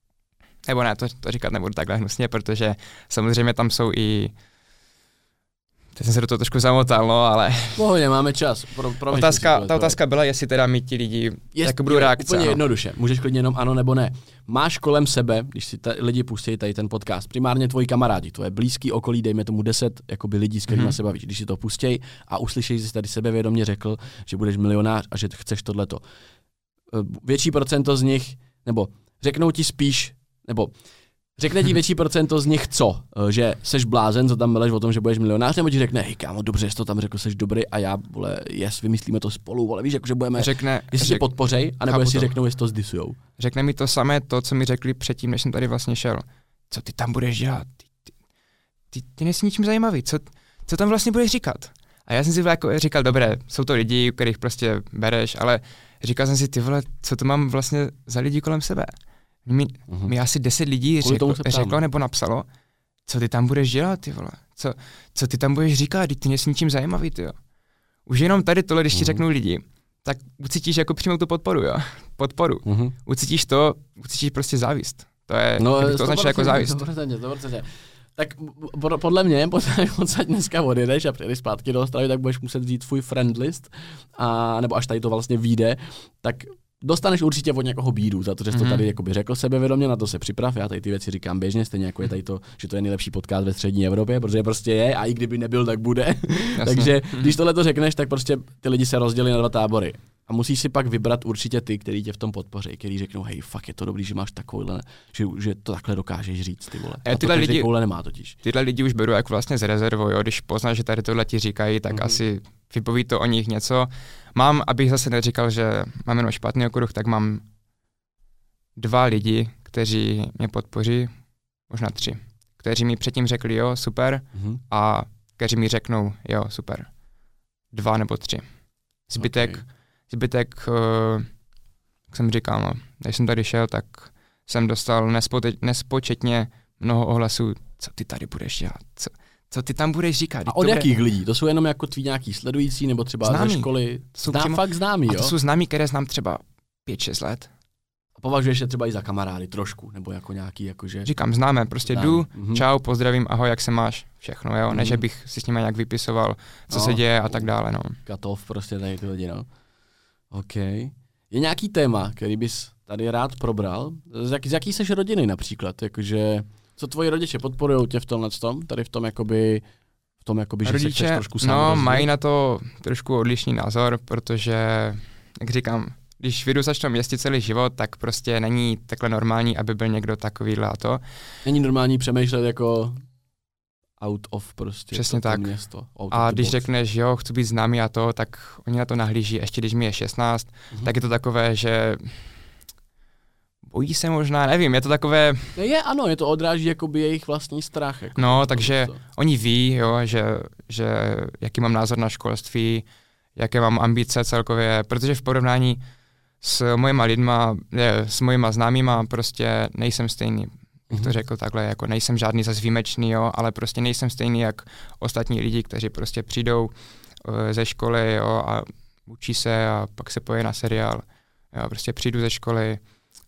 nebo ne, to, to říkat nebudu takhle hnusně, protože samozřejmě tam jsou i teď jsem se do toho trošku zamotal, no, ale... Pohodě, máme čas. Pro, pro otázka, ta otázka byla, jestli teda mít ti lidi, Jest, jak budou reakce. Úplně ano. jednoduše, můžeš klidně jenom ano nebo ne. Máš kolem sebe, když si ta, lidi pustí tady ten podcast, primárně tvoji kamarádi, tvoje blízký okolí, dejme tomu deset jakoby lidí, s kterými mm-hmm. se bavíš, když si to pustí a uslyšíš, že jsi tady sebevědomě řekl, že budeš milionář a že chceš tohleto. Větší procento z nich, nebo řeknou ti spíš, nebo řekne ti větší procento z nich co? Že seš blázen, co tam meleš o tom, že budeš milionář, nebo ti řekne, hej kámo, dobře, jsi to tam řekl, seš dobrý a já, vole, yes, vymyslíme to spolu, vole, víš, jakože budeme, řekne, jestli řek, tě podpořej, anebo jestli řeknou, jestli to zdisujou. Řekne mi to samé to, co mi řekli předtím, než jsem tady vlastně šel. Co ty tam budeš dělat? Ty, ty, ty, ty nejsi ničím zajímavý, co, co tam vlastně budeš říkat? A já jsem si jako říkal, dobré, jsou to lidi, kterých prostě bereš, ale říkal jsem si, ty vole, co to mám vlastně za lidi kolem sebe? Mi, uh-huh. mi asi deset lidí řeklo, řeklo nebo napsalo, co ty tam budeš dělat, ty vole, co, co ty tam budeš říkat, ty nejsi ničím zajímavý, ty jo. Už jenom tady tohle, když uh-huh. ti řeknou lidi, tak ucítíš jako přímo tu podporu, jo, podporu. Uh-huh. Ucítíš to, ucítíš prostě závist. To je, no, to označuje jako závist. Tak podle mě, pokud dneska odjedeš a přijdeš zpátky do Ostravy, tak budeš muset vzít svůj friend list, a, nebo až tady to vlastně vyjde, tak dostaneš určitě od někoho bídu za to, že jsi mm-hmm. to tady jakoby řekl sebevědomě, na to se připrav. Já tady ty věci říkám běžně, stejně jako je tady to, že to je nejlepší podcast ve střední Evropě, protože prostě je a i kdyby nebyl, tak bude. Takže když tohle to řekneš, tak prostě ty lidi se rozdělí na dva tábory. A musíš si pak vybrat určitě ty, který tě v tom podpoří, který řeknou, hej, fakt je to dobrý, že máš takovýhle, že, že to takhle dokážeš říct, ty vole. A, a to každý lidi, nemá totiž. Tyhle lidi už beru jako vlastně z rezervou, jo, když poznáš, že tady tohle ti říkají, tak mm-hmm. asi vypoví to o nich něco. Mám, abych zase neříkal, že mám jenom špatný okruh, tak mám dva lidi, kteří mě podpoří, možná tři, kteří mi předtím řekli, jo, super, mm-hmm. a kteří mi řeknou, jo, super. Dva nebo tři. Zbytek, okay. zbytek, uh, jak jsem říkal, no, když jsem tady šel, tak jsem dostal nespote- nespočetně mnoho ohlasů, co ty tady budeš dělat, co, co ty tam budeš říkat. A od jakých lidí? To jsou jenom jako tví nějaký sledující, nebo třeba známí. Ze školy? Jsou Znám, přímo... fakt známí, jo? A to jsou známí, které znám třeba pět šest let. A považuješ je třeba i za kamarády trošku, nebo jako nějaký, jakože... Říkám, známe, prostě Znám. jdu, mm-hmm. čau, pozdravím, ahoj, jak se máš, všechno, jo, mm-hmm. ne, že bych si s nimi nějak vypisoval, co no, se děje a tak dále, no. Cut off prostě tady ty lidi, no. OK. Je nějaký téma, který bys tady rád probral? Z, jak, z jaký seš rodiny například, jakože, co tvoji rodiče podporujou tě v tomhle tom, tady v tom jakoby, v tom jakoby, že rodiče, se chceš trošku sám no, rozvíjet? mají na to trošku odlišný názor, protože, jak říkám, když vyrůstáš v tom městě celý život, tak prostě není takhle normální, aby byl někdo takovýhle a to. Není normální přemýšlet jako out of prostě. Přesně tak. Město. A když box. řekneš, jo, chci být známý a to, tak oni na to nahlíží, ještě když mi je šestnáct, mm-hmm. tak je to takové, že bojí se možná, nevím, je to takové... Je, ano, je to odráží jakoby jejich vlastní strach. Jako no, takže to. Oni ví, jo, že, že jaký mám názor na školství, jaké mám ambice celkově, protože v porovnání s mojima lidma, je, s mojima známýma prostě nejsem stejný. Bych to řekl takhle, jako nejsem žádný zas výjimečný, jo, ale prostě nejsem stejný jak ostatní lidi, kteří prostě přijdou uh, ze školy, jo, a učí se a pak se pojí na seriál. Já prostě přijdu ze školy,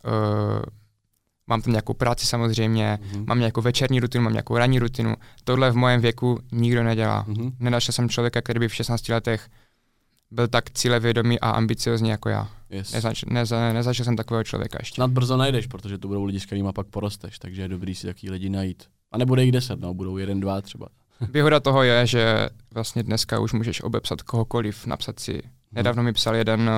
uh, mám tam nějakou práci samozřejmě, mm-hmm. mám nějakou večerní rutinu, mám nějakou ranní rutinu. Tohle v mém věku nikdo nedělá. Mm-hmm. Nenašel jsem člověka, který by v šestnácti letech byl tak cílevědomý a ambiciozní jako já. Yes. Nezač, neza, nezačal jsem takového člověka ještě. Snad brzo najdeš, protože to budou lidi, s kterými pak porosteš, takže je dobrý si taky lidi najít. A nebude jich deset, no, budou jeden, dva třeba. Výhoda toho je, že vlastně dneska už můžeš obepsat kohokoliv, napsat si. Nedávno mi psal jeden,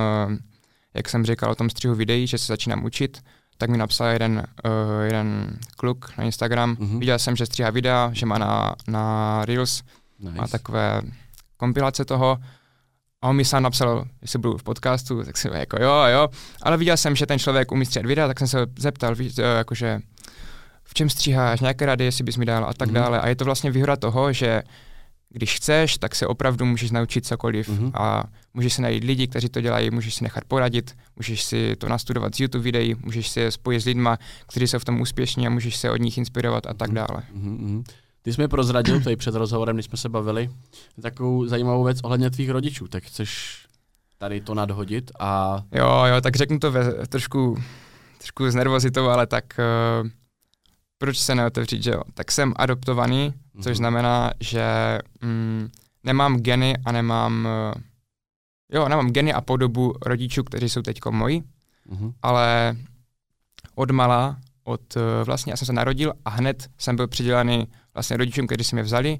jak jsem říkal o tom střihu videí, že se začínám učit, tak mi napsal jeden, uh, jeden kluk na Instagram. Mm-hmm. Viděl jsem, že stříhá videa, že má na, na Reels, nice. Má takové kompilace toho. A on mi sám napsal, jestli budu v podcastu, tak jsem jako jo, jo. Ale viděl jsem, že ten člověk umí stříhat videa, tak jsem se zeptal, víš, jakože v čem stříháš, nějaké rady, jestli bys mi dal a tak mm-hmm. dále. A je to vlastně výhoda toho, že když chceš, tak se opravdu můžeš naučit cokoliv mm-hmm. a můžeš si najít lidi, kteří to dělají, můžeš si nechat poradit, můžeš si to nastudovat z YouTube videí, můžeš si je spojit s lidma, kteří jsou v tom úspěšní a můžeš se od nich inspirovat a tak dále. Mm-hmm. Ty jsi mi prozradil tady před rozhovorem, když jsme se bavili, takovou zajímavou věc ohledně tvých rodičů, tak chceš tady to nadhodit a... Jo, jo, tak řeknu to ve, trošku, trošku s nervozitou, ale tak uh, proč se neotevřít, že jo? Tak jsem adoptovaný, mm-hmm. což znamená, že mm, nemám geny a nemám, uh, jo, nemám geny a podobu rodičů, kteří jsou teďko moji, mm-hmm. ale od mala, od uh, vlastně já jsem se narodil a hned jsem byl přidělený vlastně rodičům, kteří si mě vzali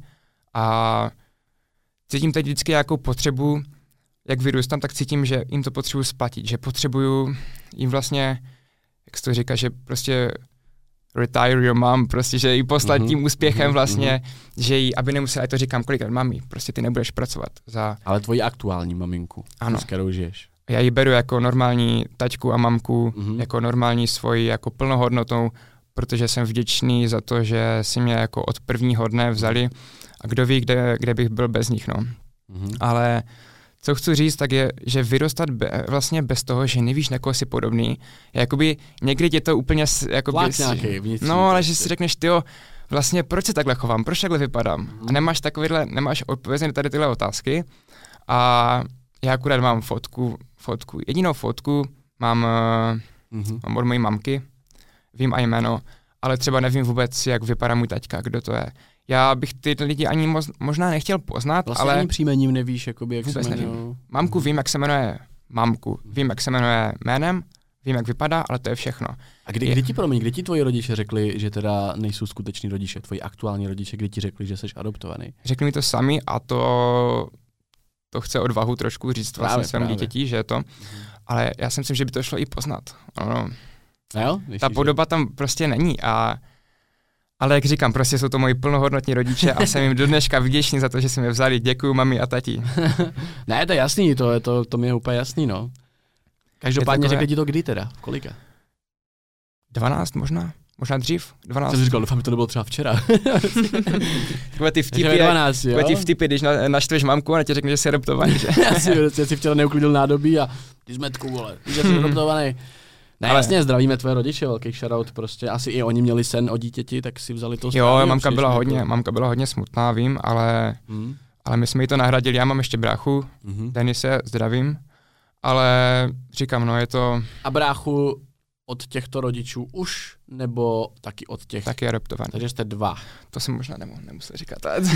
a cítím teď vždycky nějakou potřebu, jak vyrůstám, tak cítím, že jim to potřebuji splatit, že potřebuju jim vlastně, jak se to říká, že prostě retire your mom, prostě, že jí poslat mm-hmm. tím úspěchem vlastně, mm-hmm. že jí, aby nemusela, já to říkám kolikrát, mami, prostě ty nebudeš pracovat za... Ale tvoji aktuální maminku, ano. S kterou žiješ. Já ji beru jako normální taťku a mamku, mm-hmm. jako normální svoji, jako plnohodnotnou, protože jsem vděčný za to, že si mě jako od prvního dne vzali a kdo ví, kde, kde bych byl bez nich, no. Mm-hmm. Ale co chci říct, tak je, že vyrostat be, vlastně bez toho, že nevíš, na koho jsi podobný, jakoby někdy tě to úplně... Jakoby, nějaký vnitřní. No, ale že si řekneš, tyjo, vlastně proč se takhle chovám, proč takhle vypadám? Mm-hmm. A nemáš takovýhle, nemáš odpovězené tady tyhle otázky a já akurát mám fotku, fotku, jedinou fotku mám, mm-hmm. mám od mojí mamky, vím a jméno, ale třeba nevím vůbec, jak vypadá můj taťka, kdo to je. Já bych ty lidi ani moz, možná nechtěl poznat, vlastně ale... Vlastně příjmením nevíš, jakoby, jak vůbec se jmenuje. Nevím. Mamku vím, jak se jmenuje mamku, vím, jak se jmenuje jménem, vím, jak vypadá, ale to je všechno. A kdy, je... kdy ti, promiň, kdy ti tvoji rodiče řekli, že teda nejsou skuteční rodiče, tvoji aktuální rodiče, kdy ti řekli, že jsi adoptovaný? Řekli mi to sami a to to chce odvahu trošku říct vlastně právě, svému právě. dítěti, že je to. Ale já si myslím, že by to šlo i poznat. Ano. Jo, ta podoba tam prostě není. A, ale jak říkám, prostě jsou to moji plnohodnotní rodiče a jsem jim do dneška vděčný za to, že si mě vzali. Děkuju mami a tati. Ne, to je jasný, to, je, to, to mi je úplně jasný, no. Každopádně takové... řekli ti to kdy teda? Kolika? dvanáct možná. Možná dřív, dvanáct. Jsem říkal, doufám, že to nebylo třeba včera. Takové ty vtipy, dvanáct, takové ty vtipy, když na, naštveš mamku a na tě řekne, že jsi adoptovaný. Že? já, si, já si včera neuklidil nádobí a ty zmetku, vole, ty jsi adoptovaný. Ne, ale... jasně, zdravíme tvoje rodiče, velký shoutout prostě. Asi i oni měli sen o dítěti, tak si vzali to. Jo, mamka byla, hodně, jako... mamka byla hodně smutná, vím, ale, hmm. ale my jsme jí to nahradili. Já mám ještě bráchu, hmm. Denise, zdravím, ale říkám, no je to... A bráchu od těchto rodičů už, nebo taky od těch? Taky adoptovaný. Takže jste dva. To jsem možná nemohl, nemusel říkat.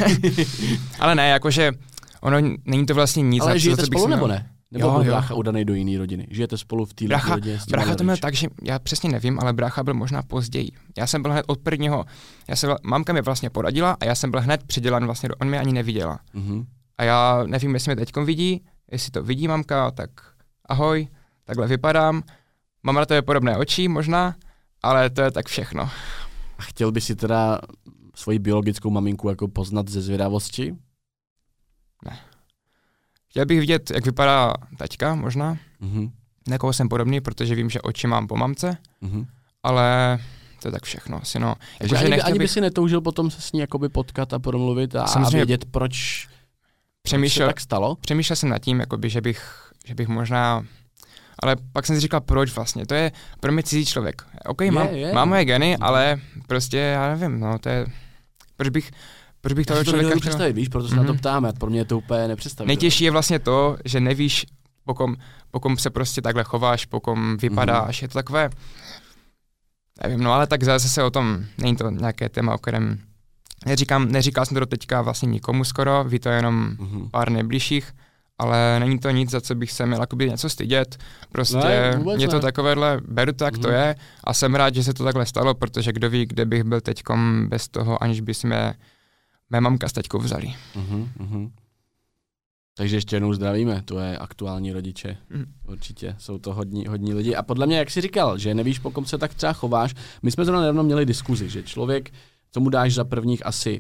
Ale ne, jakože ono není to vlastně nic. Ale žijete spolu nebo ne? Nebo byl brácha udaný do jiné rodiny? Žijete spolu v téhle rodině? Brácha to měl tak, že já přesně nevím, ale brácha byl možná později. Já jsem byl hned od prvního, já jsem, mamka mě vlastně poradila a já jsem byl hned přidělan vlastně, on mě ani neviděla. Mm-hmm. A já nevím, jestli mě teďkom vidí, jestli to vidí mamka, tak ahoj, takhle vypadám. Mám na tebe podobné oči možná, ale to je tak všechno. A chtěl by si teda svoji biologickou maminku jako poznat ze zvědavosti? Ne. Chtěl bych vidět, jak vypadá taťka možná. Mm-hmm. Někoho jsem podobný, protože vím, že oči mám po mamce, mm-hmm. ale to je tak všechno. Asi no. Jako, ani, ani bych... by si netoužil potom se s ní jakoby potkat a promluvit a, a vědět, proč, přemýšlel, proč se tak stalo? Přemýšlel jsem nad tím, jakoby, že, bych, že bych možná... Ale pak jsem si říkal, proč vlastně, to je pro mě cizí člověk. OK, je, mám, je. mám moje geny, ale prostě já nevím, no to je, proč bych, proč bych toho to člověka chtěl... představit, víš, proto se mm-hmm. na to ptáme, pro mě je to úplně nepředstavitelné. Nejtěžší je vlastně to, že nevíš, pokom, pokom se prostě takhle chováš, pokom vypadáš, mm-hmm. je to takové, nevím, no ale tak zase se o tom, není to nějaké téma, o kterém neříkám, neříkal jsem to do teďka vlastně nikomu skoro, ví to jenom mm-hmm. pár nejbližších, ale není to nic, za co bych se měl jakoby něco stydět. Prostě ne, je to takovéhle, beru to, jak mm-hmm. to je a jsem rád, že se to takhle stalo, protože kdo ví, kde bych byl teďkom bez toho, aniž by si mě mé mamka s teďkou vzali. Mm-hmm. Takže ještě jednou zdravíme, to je aktuální rodiče. Mm. Určitě, jsou to hodní, hodní lidi. A podle mě, jak jsi říkal, že nevíš, po kom se tak třeba chováš, my jsme zrovna nedávno měli diskuzi, že člověk, co mu dáš za prvních asi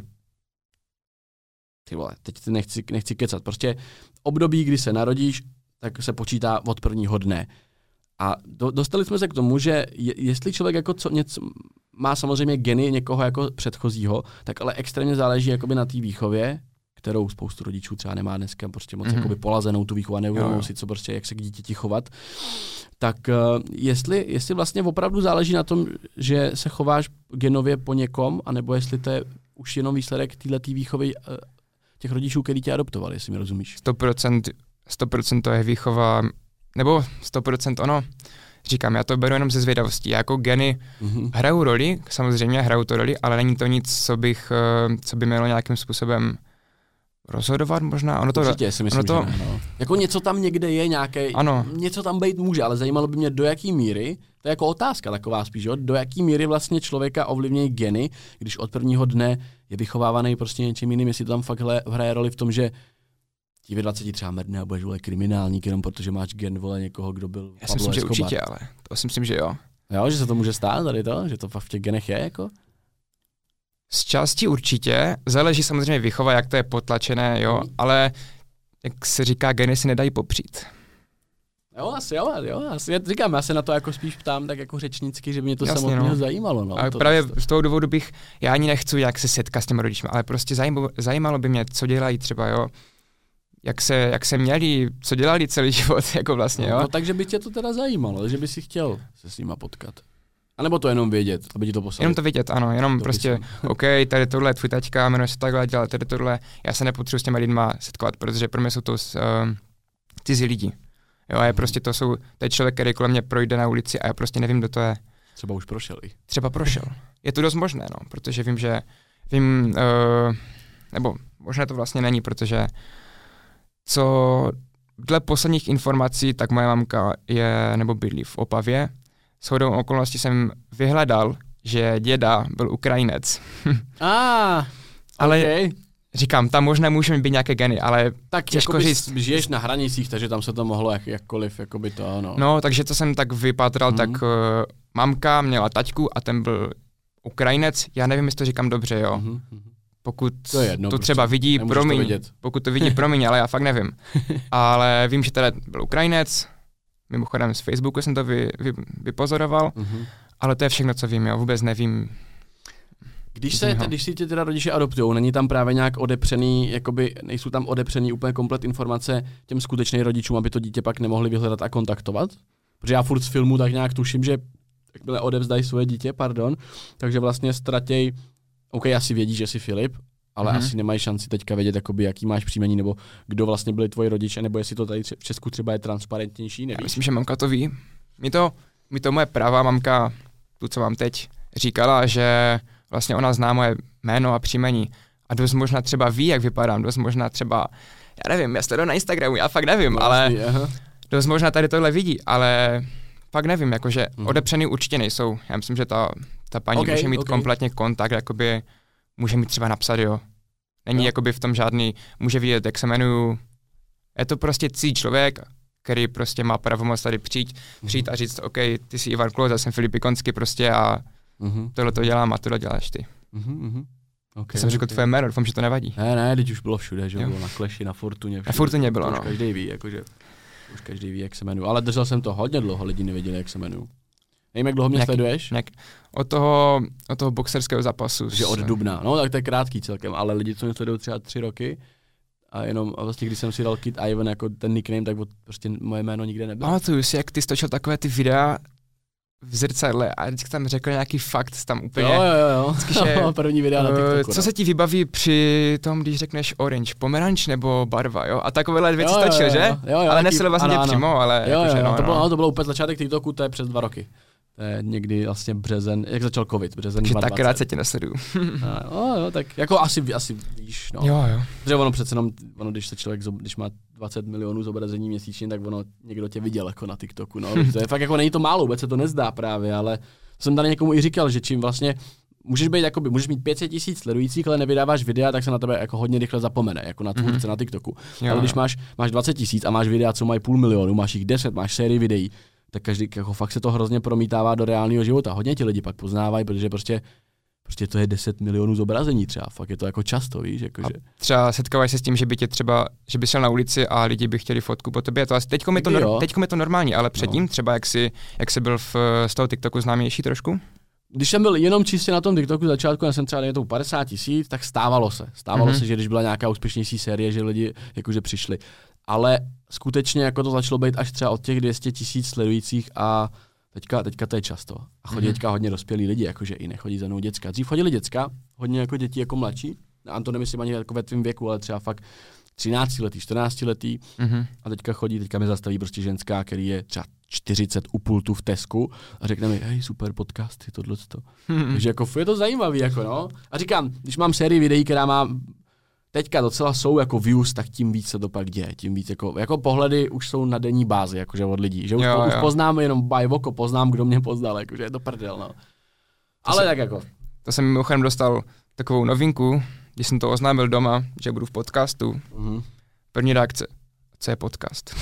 ty vole, teď nechci, nechci kecat, prostě období, kdy se narodíš, tak se počítá od prvního dne. A do, dostali jsme se k tomu, že je, jestli člověk jako co, něco, má samozřejmě geny někoho jako předchozího, tak ale extrémně záleží jakoby na té výchově, kterou spoustu rodičů třeba nemá dneska prostě moc mm-hmm. jakoby polazenou tu výchovu a neuvědomou si, co prostě, jak se k dítěti chovat. Tak uh, jestli, jestli vlastně opravdu záleží na tom, že se chováš genově po někom, anebo jestli to je už jenom výsledek této výchovy uh, těch rodičů, který tě adoptovali, jestli mi rozumíš. sto procent, sto procent to je výchova, nebo sto procent ono, říkám, já to beru jenom ze zvědavostí. Já jako geny mm-hmm. hraju roli, samozřejmě hraju to roli, ale není to nic, co bych, co by mělo nějakým způsobem rozhodovat možná. Ono to, určitě si myslím, to, že ne, no. Jako něco tam někde je, nějaké, ano. něco tam být může, ale zajímalo by mě, do jaký míry, to je jako otázka taková spíš, jo? Do jaký míry vlastně člověka ovlivňují geny, když od prvního dne je vychovávaný prostě něčím jiným, jestli to tam fakt hraje roli v tom, že ti ve dvaceti třeba mrdne a budeš vole kriminálník, jenom protože máš gen vole někoho, kdo byl Já si myslím, že určitě, ale to si myslím, že jo. Jo, že se to může stát tady to, že to fakt v těch genech je jako? Z části určitě, záleží samozřejmě výchova, jak to je potlačené, jo, mm. ale jak se říká, geny si nedají popřít. Jo, asi jo, jo, asi, já říkám, já se na to jako spíš ptám tak jako řečnicky, že mě to Jasně, samotného no. zajímalo. No, a to právě to... z toho důvodu bych, já ani nechci jak se setkat s těmi rodičmi, ale prostě zajímalo, zajímalo by mě, co dělají třeba, jo, jak se, jak se měli, co dělali celý život, jako vlastně, jo. No, no takže by tě to teda zajímalo, že by si chtěl se s nima potkat. A nebo to jenom vědět, aby ti to poslali? Jenom to vědět, ano, jenom to prostě, OK, tady tohle je tvůj taťka, jmenuje se takhle, dělá tady tohle, já se nepotřebuji s těma lidma setkovat, protože pro mě jsou to uh, cizí lidi. Jo, a je prostě to jsou, to je člověk, který kolem mě projde na ulici a já prostě nevím, kdo to je. Třeba už prošel i. Třeba prošel. Je to dost možné, no, protože vím, že, vím, uh, nebo možná to vlastně není, protože co dle posledních informací, tak moje mamka je, nebo bydlí v Opavě. Shodou okolností jsem vyhledal, že děda byl Ukrajinec. ah, ale okay. říkám, tam možná můžeme být nějaké geny, ale tak těžko říct. Žiješ na hranicích, takže tam se to mohlo jak, jakkoliv, jakoby to, no. No, takže to jsem tak vypátral, mm-hmm. tak uh, mamka měla taťku a ten byl Ukrajinec, já nevím, jestli to říkám dobře, jo. Mm-hmm. Pokud to, jedno, to třeba prostě vidí, promiň, to pokud to vidí, promiň, ale já fakt nevím. Ale vím, že teda byl Ukrajinec, mimochodem z Facebooku jsem to vy, vy, vypozoroval, mm-hmm. ale to je všechno, co vím, jo, vůbec nevím. Když se, když si tě teda rodiče adoptujou, není tam právě nějak odepřený, jakoby nejsou tam odepřený úplně komplet informace těm skutečným rodičům, aby to dítě pak nemohli vyhledat a kontaktovat? Protože já furt z filmu tak nějak tuším, že jakmile odevzdají svoje dítě, pardon, takže vlastně ztratěj, OK, asi vědí, že jsi Filip, ale mm-hmm. asi nemají šanci teďka vědět, jakoby, jaký máš příjmení, nebo kdo vlastně byli tvoji rodiče, nebo jestli to tady v Česku třeba je transparentnější, nevíš? Já myslím, že mamka to ví. Mi to, mi to moje pravá mamka, tu, co mám teď, říkala, že vlastně ona zná moje jméno a příjmení a dost možná třeba ví, jak vypadám, dost možná třeba, já nevím, já sleduju na Instagramu, já fakt nevím, vlastně, ale aha. dost možná tady tohle vidí, ale fakt nevím, jakože hmm. odepřený určitě nejsou. Já myslím, že ta, ta paní okay, může mít okay. kompletně kontakt, jakoby může mít třeba napsat, jo. Není no. jakoby v tom žádný, může vidět, jak se jmenuju. Je to prostě cizí člověk, který prostě má pravomoc tady přijít, hmm. přijít a říct, OK, ty jsi Ivan Klouz, já jsem Filip Ikonsky prostě a mm-hmm. tohle to dělám a tohle děláš ty. Mm-hmm. Okay, já jsem řekl okay. tvoje jméno, doufám, že to nevadí. Ne, ne, teď už bylo všude, že jo, bylo na Clashi, na Fortuně. Na Fortuně bylo, no. Už každý ví, jakože, už každý ví, jak se jmenuju, ale držel jsem to hodně dlouho, lidi nevěděli, jak se jmenuju. Nevím, jak dlouho mě nějak, sleduješ? Nějak, od toho, od toho boxerského zápasu. Že od dubna, no tak to je krátký celkem, ale lidi, co mě sledují třeba tři roky, a jenom a vlastně, když jsem si dal Kid Ivan jako ten nickname, tak prostě moje jméno nikde nebylo. Pamatuju si, jak ty stočil takové ty videa v zrcadle a vždycky tam řekl nějaký fakt tam úplně. Jo, jo, jo. Vždycky, že, první videa na TikToku. Co se ti vybaví při tom, když řekneš orange, pomeranč nebo barva, jo? A takovéhle věci stočil, že? Jo, jo, ale nesil vlastně ano, přímo, ale jo, jakože, jo, no, to, bylo, no. no, to bylo úplně začátek TikToku, to je přes dva roky. To je někdy vlastně březen, jak začal covid, březen dvacet dvacet. Tak rád se tě nesleduju. no, jo, tak jako asi, asi víš, no. Jo, jo. Protože ono přece jenom, ono, když se člověk, když má dvacet milionů zobrazení měsíčně, tak ono někdo tě viděl jako na TikToku, no. To je fakt jako, není to málo, vůbec se to nezdá právě, ale jsem tady někomu i říkal, že čím vlastně můžeš být jakoby, můžeš mít pět set tisíc sledujících, ale nevydáváš videa, tak se na tebe jako hodně rychle zapomene, jako na tvůrce mm-hmm. na TikToku. Jo, ale když máš, máš dvacet tisíc a máš videa, co mají půl milionu, máš jich deset, máš sérii videí, tak každý, jako fakt se to hrozně promítává do reálného života. Hodně ti lidi pak poznávají, protože prostě, prostě to je deset milionů zobrazení třeba. Fakt je to jako často, víš. Jakože. Třeba setkáváš se s tím, že by tě třeba, že by šel na ulici a lidi by chtěli fotku po tobě. To asi, teďko, je to, nor, teďko je to normální, ale předtím no. třeba jak jsi, jak jsi byl v, z toho TikToku známější trošku? Když jsem byl jenom čistě na tom TikToku začátku, já jsem třeba dejme padesát tisíc, tak stávalo se. Stávalo mm-hmm. se, že když byla nějaká úspěšnější série, že lidi jakože přišli. Ale skutečně jako to začalo být až třeba od těch dvě stě tisíc sledujících a teďka, teďka to je často. A chodí mm-hmm. teďka hodně dospělí lidi, jakože i nechodí za mnou děcka. Dřív chodili děcka, hodně jako děti jako mladší. A to nemyslím ani jako ve tvým věku, ale třeba fakt třináctiletý, čtrnáctiletý. Mm-hmm. A teďka chodí, teďka mi zastaví prostě ženská, který je třeba čtyřicet u pultu v Tesku a řekne mi, hej, super podcasty, tohleto. Mm-hmm. Takže jako je to zajímavý, jako no. A říkám, když mám sérii videí, která má teďka docela jsou jako views, tak tím víc se to pak děje, tím víc jako, jako pohledy už jsou na denní bázi, jakože od lidí, že už, jo, po, už poznám jenom by oko, poznám, kdo mě poznal, jakože je to prdel, no. To Ale se, tak jako. To jsem mimochodem dostal takovou novinku, když jsem to oznámil doma, že budu v podcastu. Mm-hmm. První reakce, co je podcast?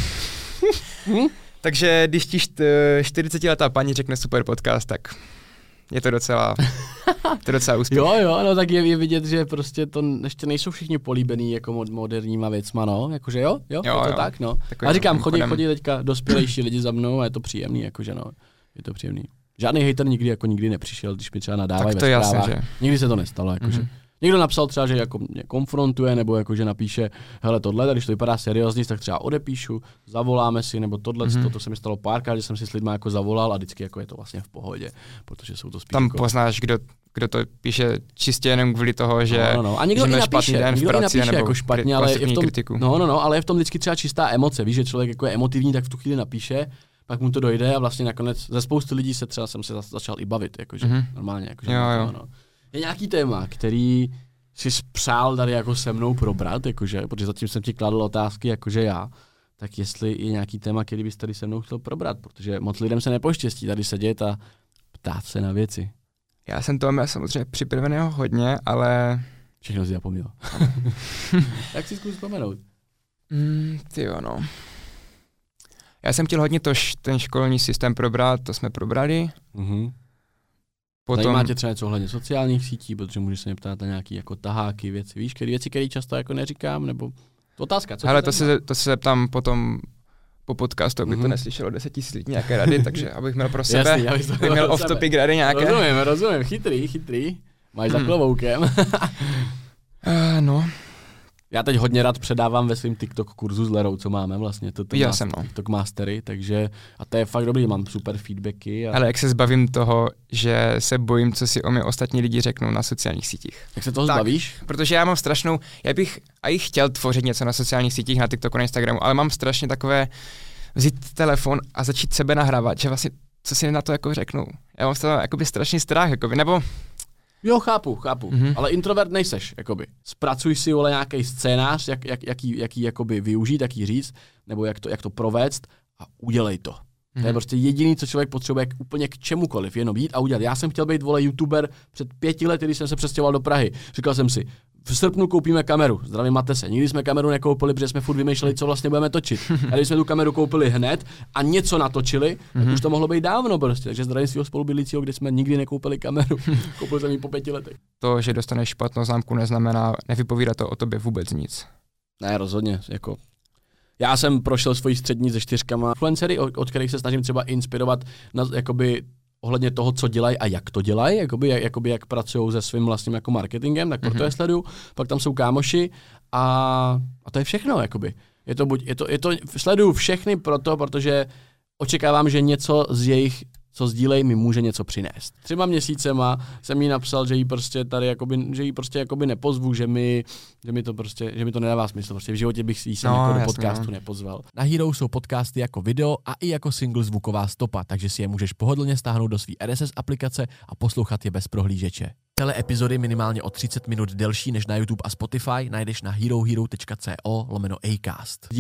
Takže když ti čtyřicetiletá paní řekne super podcast, tak je to docela, to je docela úspěch. Jo, jo, no tak je, je vidět, že prostě to ještě nejsou všichni políbený jako mod, moderníma věcma, no, jakože jo, jo, jo je to jo. tak, no. Takový a říkám, chodí, chodí teďka dospělejší lidi za mnou a je to příjemný, jakože no, je to příjemný. Žádný hejter nikdy jako nikdy nepřišel, když mi třeba nadávají ve zprávách. Jasně, že? Nikdy se to nestalo, jakože. Mm-hmm. Někdo napsal třeba, že jako mě konfrontuje, nebo jako že napíše, hele tohle, když to vypadá seriózně, tak třeba odepíšu, zavoláme si, nebo tohle, mm-hmm. to, to se mi stalo párkrát, že jsem si s lidmi jako zavolal a vždycky jako je to vlastně v pohodě, protože jsou to spíš tam jako... poznáš, kdo, kdo to píše čistě jenom kvůli toho, že, no, no, no. A někdo že i napíše, den někdo v praci, i napíše jako špatně, ale je v tom, kritiku. No, no, no, ale je v tom vždycky třeba čistá emoce, víš, že člověk jako je emotivní, tak v tu chvíli napíše, pak mu to dojde a vlastně nakonec ze spousty lidí se třeba jsem se začal i bavit, jakože mm-hmm. normálně, jakože. Jo, jo. No, no. Je nějaký téma, který si přál tady jako se mnou probrat, jakože, protože zatím jsem ti kladl otázky, jakože já, tak jestli je nějaký téma, který bys tady se mnou chtěl probrat, protože moc lidem se nepoštěstí tady sedět a ptát se na věci. Já jsem toho měl samozřejmě připraveného hodně, ale Všechno si zapomněl. Jak si zkus vzpomenout? Mm, ty jo, no. Já jsem chtěl hodně to, ten školní systém probrat, to jsme probrali. Mm-hmm. Potom... Zajímá tě třeba něco ohledně sociálních sítí, protože můžeš se mě ptát na nějaký jako taháky, věci, víš, který věci, které často jako neříkám, nebo otázka, co? Hele, to se, to se zeptám potom po podcastu, aby mm-hmm. to neslyšelo deset tisíc lidí nějaké rady, takže abych měl pro sebe, Jasný, abych abych měl off-topic rady nějaké. Rozumím, rozumím, chytrý, chytrý. Máš hmm. za klovoukem. uh, no. Já teď hodně rád předávám ve svém TikTok kurzu s Lerou, co máme vlastně. To, to Já má jsem, no. TikTok Mastery, takže a to je fakt dobrý, mám super feedbacky. A... Ale jak se zbavím toho, že se bojím, co si o mě ostatní lidi řeknou na sociálních sítích. Jak se toho tak, zbavíš? Protože já mám strašnou, já bych i chtěl tvořit něco na sociálních sítích, na TikToku, na Instagramu, ale mám strašně takové vzít telefon a začít sebe nahrávat, že vlastně, co si na to jako řeknou. Já mám z toho jakoby strašný strach, jakoby, nebo... Jo, chápu, chápu, mm-hmm. ale introvert nejseš, jakoby. Zpracuj si, vole, nějaký scénář, jak, jak, jaký, jaký jakoby využít, jaký říct, nebo jak to, jak to provést a udělej to. Mm-hmm. To je prostě jediný, co člověk potřebuje k, úplně k čemukoliv, jenom jít a udělat. Já jsem chtěl být, vole, youtuber před pěti lety, když jsem se přestěhoval do Prahy. Říkal jsem si, v srpnu koupíme kameru, zdravím Matese. Nikdy jsme kameru nekoupili, protože jsme furt vymýšleli, co vlastně budeme točit. A když jsme tu kameru koupili hned a něco natočili, mm-hmm. tak už to mohlo být dávno prostě. Takže zdravím svého spolubydlícího, kde jsme nikdy nekoupili kameru. Koupil jsem ji po pěti letech. To, že dostaneš špatnou známku, neznamená, nevypovídá to o tobě vůbec nic. Ne, rozhodně, jako... Já jsem prošel svoji střední se čtyřkama influencery, od, od kterých se snažím třeba inspirovat na, jakoby, ohledně toho, co dělají a jak to dělají, jakoby, jak, jakoby, jak pracují se svým vlastním jako marketingem, tak proto mm-hmm. je sleduju. Pak tam jsou kámoši a, a to je všechno. Jakoby. Je to buď, je to, je to, sleduju všechny proto, protože očekávám, že něco z jejich, co sdílej, mi může něco přinést. Třema měsícema jsem jí napsal, že jí prostě tady jakoby, že jí prostě jakoby nepozvu, že mi, že mi to prostě, že mi to nedává smysl. Prostě v životě bych jí se no, jako do podcastu no. nepozval. Na Hero jsou podcasty jako video a i jako single zvuková stopa, takže si je můžeš pohodlně stáhnout do své R S S aplikace a poslouchat je bez prohlížeče. Celé epizody minimálně o třicet minut delší než na YouTube a Spotify najdeš na herohero tečka co lomeno Acast.